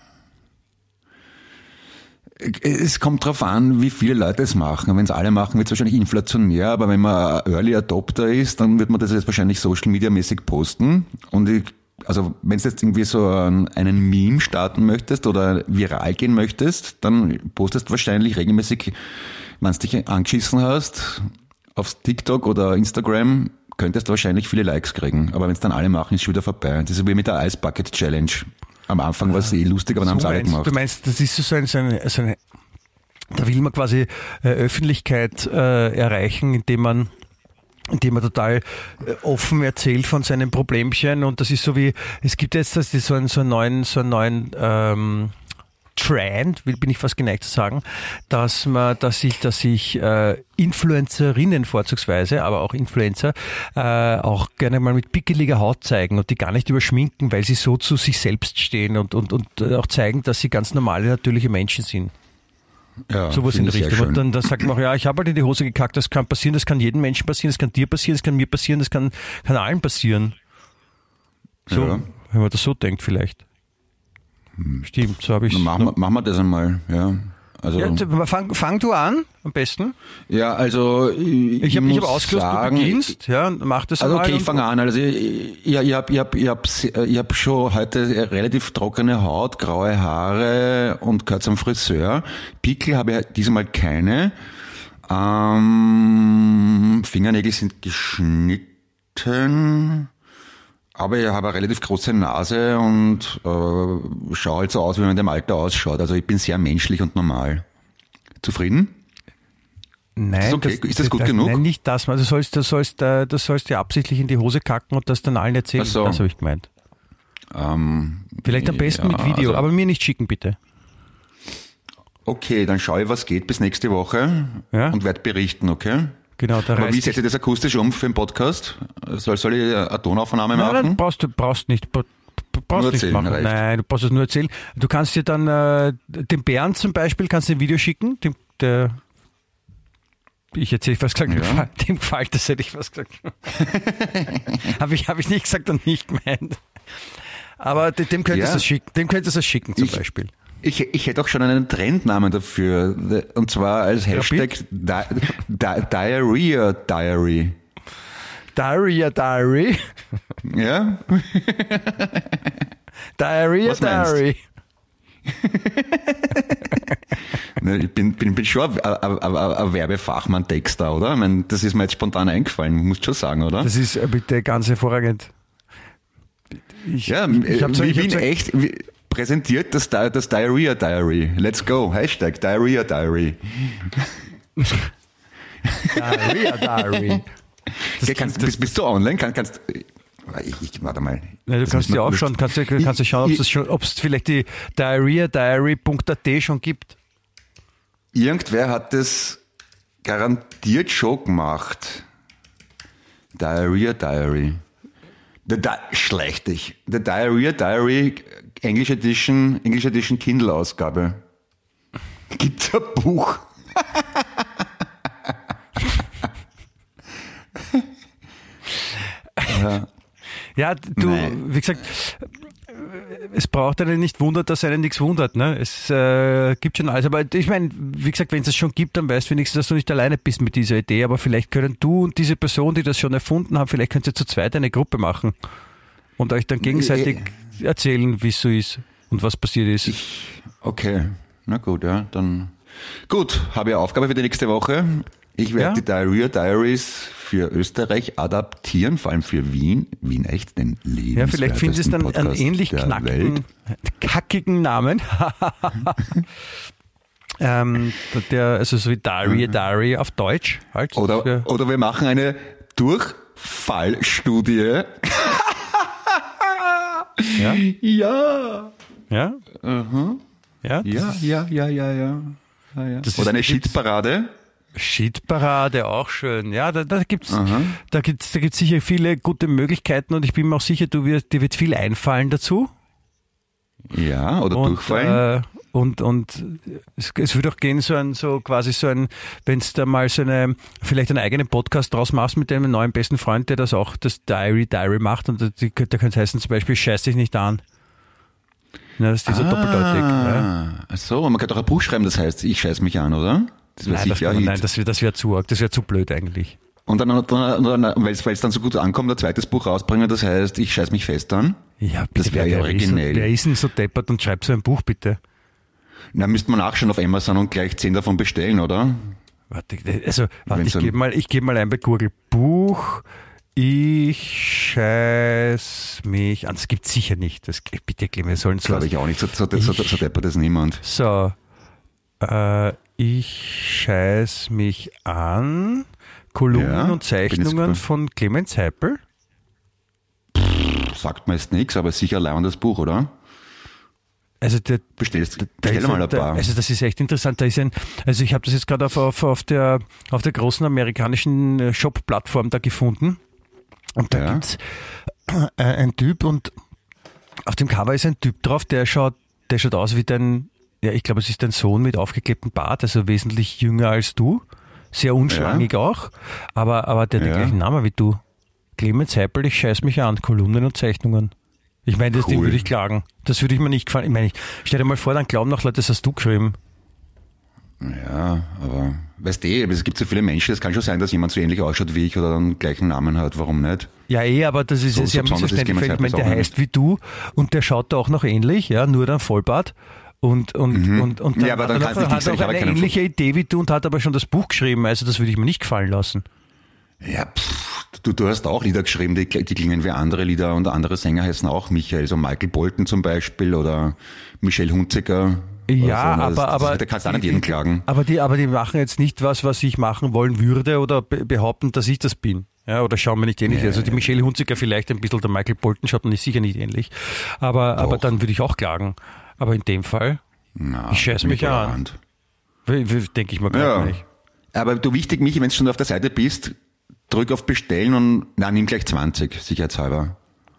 Es kommt darauf an, wie viele Leute es machen. Wenn es alle machen, wird es wahrscheinlich inflationär, aber wenn man ein Early Adopter ist, dann wird man das jetzt wahrscheinlich Social Media mäßig posten. Und ich, also wenn du jetzt irgendwie so einen, einen Meme starten möchtest oder viral gehen möchtest, dann postest du wahrscheinlich regelmäßig, wenn du dich angeschissen hast, auf TikTok oder Instagram, könntest du wahrscheinlich viele Likes kriegen. Aber wenn es dann alle machen, ist es schon wieder vorbei. Das ist wie mit der Ice Bucket Challenge. Am Anfang war es eh lustig, aber dann so haben es alle meinst, gemacht. Du meinst, das ist so ein, so ein, so ein da will man quasi äh, Öffentlichkeit äh, erreichen, indem man indem man total äh, offen erzählt von seinen Problemchen, und das ist so wie, es gibt jetzt das ist so einen so einen neuen so einen neuen ähm, Trend, bin ich fast geneigt zu sagen, dass man, dass sich, dass sich äh, Influencerinnen vorzugsweise, aber auch Influencer äh, auch gerne mal mit pickeliger Haut zeigen und die gar nicht überschminken, weil sie so zu sich selbst stehen und und und auch zeigen, dass sie ganz normale, natürliche Menschen sind. Ja, sowas in der Richtung. Und dann, dann sagt man auch, ja, ich habe halt in die Hose gekackt, das kann passieren, das kann jedem Menschen passieren, das kann dir passieren, das kann mir passieren, das kann, kann allen passieren. So, ja. Wenn man das so denkt vielleicht. Stimmt, so habe ich es. Machen wir, machen wir das einmal, ja. Also, ja, fang, fang du an, am besten. Ja, also ich, ich habe muss hab ausgelost, sagen, du beginnst, ja, mach das also mal. okay, ich fange an. Also ich, ich, ich habe ich hab, ich hab, ich hab schon heute relativ trockene Haut, graue Haare und gehört zum Friseur. Pickel habe ich diesmal keine. Ähm, Fingernägel sind geschnitten. Aber ich habe eine relativ große Nase und äh, schaue halt so aus, wie man in dem Alter ausschaut. Also ich bin sehr menschlich und normal. Zufrieden? Nein, ist das, okay? das, ist das gut das, genug? Nein, nicht das. Du sollst, du sollst, du sollst dir absichtlich in die Hose kacken und das dann allen erzählen. Ach so. Das habe ich gemeint. Ähm, Vielleicht am besten ja, mit Video, also, aber mir nicht schicken, bitte. Okay, dann schaue ich, was geht bis nächste Woche Ja? und werde berichten, okay? Genau, da Aber wie reißt setzt ihr das akustisch um für den Podcast? Soll, soll ich eine Tonaufnahme Nein, machen? nein, brauchst du brauchst nicht. Brauchst Nur nicht erzählen, machen. reicht. Nein, du brauchst es nur erzählen. Du kannst dir dann äh, dem Bernd zum Beispiel kannst du ein Video schicken, dem, der ich erzähle fast gesagt, Ja. dem, Fall, dem Fall, das hätte ich fast gesagt. Habe ich, hab ich nicht gesagt und nicht gemeint. Aber dem, dem könntest Ja. du es schicken, dem könntest du es schicken zum Ich- Beispiel. Ich, ich hätte auch schon einen Trendnamen dafür. Und zwar als Hashtag Di Di Diarrhea Diary. Diarrhea Diary. Ja? Diarrhea Was meinst? Diary. Ne, Ich bin, bin, bin schon ein, ein, ein, ein Werbefachmann-Texter, oder? Ich meine, das ist mir jetzt spontan eingefallen, musst du schon sagen, oder? Das ist äh, bitte ganz hervorragend. Ich, Ja, ich hab so- wie, ich hab wie in so- echt wie, präsentiert das, Di- das Diarrhea Diary. Let's go. Hashtag Diarrhea Diary. Diarrhea Diary. Das, Ja, kannst, das, bist, bist du online? Kann, kannst, ich, ich, warte mal. Ja, du Das kannst müssen ja wir- auch schon, kannst du kannst du schauen, ob Ich- es schon, ob es vielleicht die diarrhea diary punkt a t schon gibt. Irgendwer hat das garantiert schon gemacht. Diarrhea Diary. The Di Schlecht dich. The Diarrhea Diary, English Edition, English Edition Kindle-Ausgabe. Gibt's ein Buch? ja. Ja, du, Nein. wie gesagt, es braucht einen nicht wundert, dass einen nichts wundert. Ne? Es äh, gibt schon alles. Aber ich meine, wie gesagt, wenn es das schon gibt, dann weißt du wenigstens, dass du nicht alleine bist mit dieser Idee. Aber vielleicht können du und diese Person, die das schon erfunden haben, vielleicht könnt ihr zu zweit eine Gruppe machen und euch dann gegenseitig erzählen, wie es so ist und was passiert ist. Okay, na gut, ja, dann. Gut, habe ich eine Aufgabe für die nächste Woche. Ich werde Ja? die Diarrhea Diaries für Österreich adaptieren, vor allem für Wien. Wien echt den lebenswertesten Ja, vielleicht findest du einen, einen Podcast ähnlich der knackigen, Welt. kackigen Namen. ähm, der, also so wie Diary, Diary auf Deutsch. Halt. Oder, Ja. oder wir machen eine Durchfallstudie. Ja? Ja. Ja? Ja, das Ja, ist ja, ja, ja, ja. ja, ja. Das Oder ist- eine Shitparade. Shitparade auch schön. Ja, da, da gibt's, da gibt's, da gibt's sicher viele gute Möglichkeiten und ich bin mir auch sicher, du wirst, dir wird viel einfallen dazu. Ja, oder Und, durchfallen. äh, und, und es, es würde auch gehen, so ein, so quasi so ein, wenn du da mal so eine, vielleicht einen eigenen Podcast draus machst mit deinem neuen besten Freund, der das auch, das Diary Diary macht und da, da könnte es heißen zum Beispiel, scheiß dich nicht an. Na, das ist dieser doppeldeutig. Ja. Ah, ach so, man kann doch ein Buch schreiben, das heißt, ich scheiß mich an, oder? Das wäre Nein, das, sicher kann ein man, Hit. nein, das wäre das wär zu arg, das wäre zu blöd eigentlich. Und dann, dann, dann weil es dann so gut ankommt, ein zweites Buch rausbringen, das heißt, ich scheiß mich fest an. Ja, bitte, Das wäre wer, ja wer ist denn- originell. Wer ist denn so deppert und schreibt so ein Buch, bitte? Na, müsste man nachschauen auf Amazon und gleich zehn davon bestellen, oder? Warte, also, warte, Wenn's ich ein- gebe mal, ich gebe mal ein bei Google. Buch, ich scheiß mich an. Das gibt's sicher nicht. Das, bitte, Clemens, wir sollen so. Glaube ich auch nicht. So, so, so, so deppert das niemand. So, äh, ich scheiß mich an. Kolumnen Ja, und bin Zeichnungen jetzt gespannt. von Clemens Heipel. Sagt mir jetzt nichts, aber sicher allein das Buch, oder? Also der, Bestellst, Da bestell ist mal ein- ein da- paar. Also das ist echt interessant. Da ist ein, also ich habe das jetzt gerade auf, auf, auf der auf der großen amerikanischen äh, Shop-Plattform da gefunden. Und da Ja. gibt's äh, ein Typ und auf dem Cover ist ein Typ drauf, der schaut, der schaut aus wie dein, ja, ich glaube, es ist dein Sohn mit aufgeklebtem Bart, also wesentlich jünger als du. Sehr unschlangig auch, aber, aber der hat Ja. den gleichen Namen wie du. Clemens Heipel, ich scheiß mich an, Kolumnen und Zeichnungen. Ich meine, das Ding Cool. würde ich klagen. Das würde ich mir nicht gefallen. Ich meine, ich stell dir mal vor, dann glauben noch Leute, das hast du geschrieben. Ja, aber weißt du, es gibt so viele Menschen, es kann schon sein, dass jemand so ähnlich ausschaut wie ich oder den gleichen Namen hat, warum nicht? Ja, eh, aber das ist So- ja so sehr besonders ist missverständlich, weil ich Clemens meine, der Heipel auch heißt wie du und der schaut da auch noch ähnlich, ja, nur dann Vollbart. Und, und, und, und Ja, aber dann hat er kannst noch, du nicht hat sagen, auch ich habe eine keinen ähnliche Idee wie du und hat aber schon das Buch geschrieben, also das würde ich mir nicht gefallen lassen. Ja, pff, du, du hast auch Lieder geschrieben, die, die klingen wie andere Lieder und andere Sänger heißen auch Michael, so Michael Bolton zum Beispiel oder Michelle Hunziker. Ja, oder so. aber, das, aber Da kannst du auch nicht jeden klagen. Aber die, aber die machen jetzt nicht was, was ich machen wollen würde oder be behaupten, dass ich das bin. Ja, oder schauen mir nicht ähnlich. Ja, also die Michelle Hunziker vielleicht ein bisschen, der Michael Bolton schaut mir nicht, sicher nicht ähnlich. Aber, aber dann würde ich auch klagen. Aber in dem Fall, Na, ich scheiß bin mich an. tolerant. denke ich mir gar Ja. nicht. Aber du, wichtig, Michi, wenn du schon auf der Seite bist, drück auf Bestellen und na, nimm gleich zwanzig, sicherheitshalber.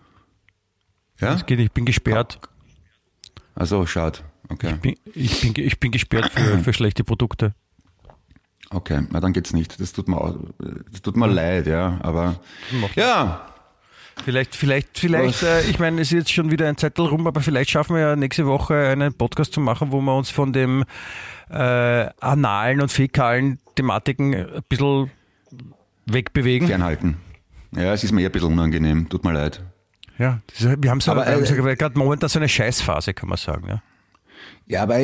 Ja? Das geht, ich bin gesperrt. Also, schaut. Okay. Ich bin, ich bin, ich bin gesperrt für, für schlechte Produkte. Okay, na dann geht's nicht. Das tut mir, au- das tut mir leid, ja. Aber ja, Vielleicht, vielleicht, vielleicht, äh, ich meine, es ist jetzt schon wieder ein Zettel rum, aber vielleicht schaffen wir ja nächste Woche einen Podcast zu machen, wo wir uns von dem äh, analen und fäkalen Thematiken ein bisschen wegbewegen. fernhalten. Ja, es ist mir eher ein bisschen unangenehm. Tut mir leid. Ja, das ist, wir haben so, Aber, wir haben so äh, gerade momentan so eine Scheißphase, kann man sagen. Ja. Ja, aber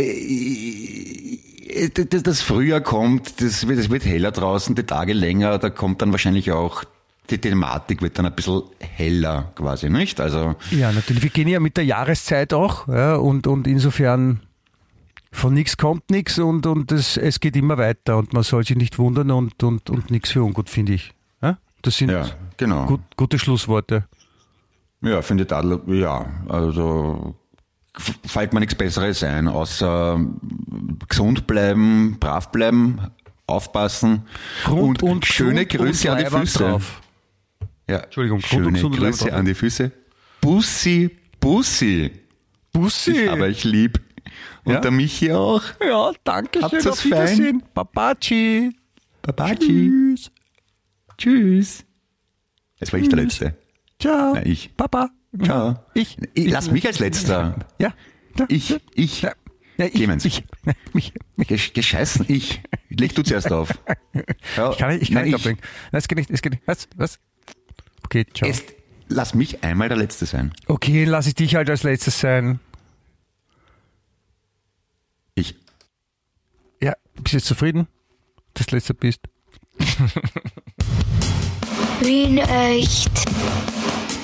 äh, das, das Frühjahr kommt, das wird, es wird heller draußen, die Tage länger, da kommt dann wahrscheinlich auch, die Thematik wird dann ein bisschen heller quasi, nicht? Also, Ja, natürlich. Wir gehen ja mit der Jahreszeit auch, ja, und, und insofern von nichts kommt nichts und, und es, es geht immer weiter und man soll sich nicht wundern und, und, und nichts für ungut, finde ich. Ja? Das sind ja, genau. gut, gute Schlussworte. Ja, finde ich Tadel, ja, also f- fällt mir nichts Besseres ein, außer gesund bleiben, brav bleiben, aufpassen Grund und, schöne gesund Grüße und an die Leibwand Füße. drauf. Ja, Entschuldigung, Grund und schöne gesund und Leibwand Grüße drauf. an die Füße. Bussi, Bussi. Bussi. Aber ich lieb. Und Ja? der Michi auch. Ja, danke Habt's schön. das Auf Wiedersehen. fein? Babaci. Babaci. Tschüss. Tschüss. Das war ich der Tschüss. Letzte. Ciao. Na, ich. Papa. Ciao. Ich. Ich, lass mich als Letzter. Ja. Ja. Ich, ich. Ja. Ja, ich, Clemens. ich, mich, mich, Gesch gescheißen, ich. Leg du zuerst auf. Ja, ich kann nicht, ich kann nein, nicht abbringen. Nein, das geht nicht, das geht nicht. Was? Was? Okay, ciao. Jetzt lass mich einmal der Letzte sein. Okay, lass ich dich halt als letztes sein. Ich. Ja, bist du jetzt zufrieden, dass du letzter bist? Wien echt.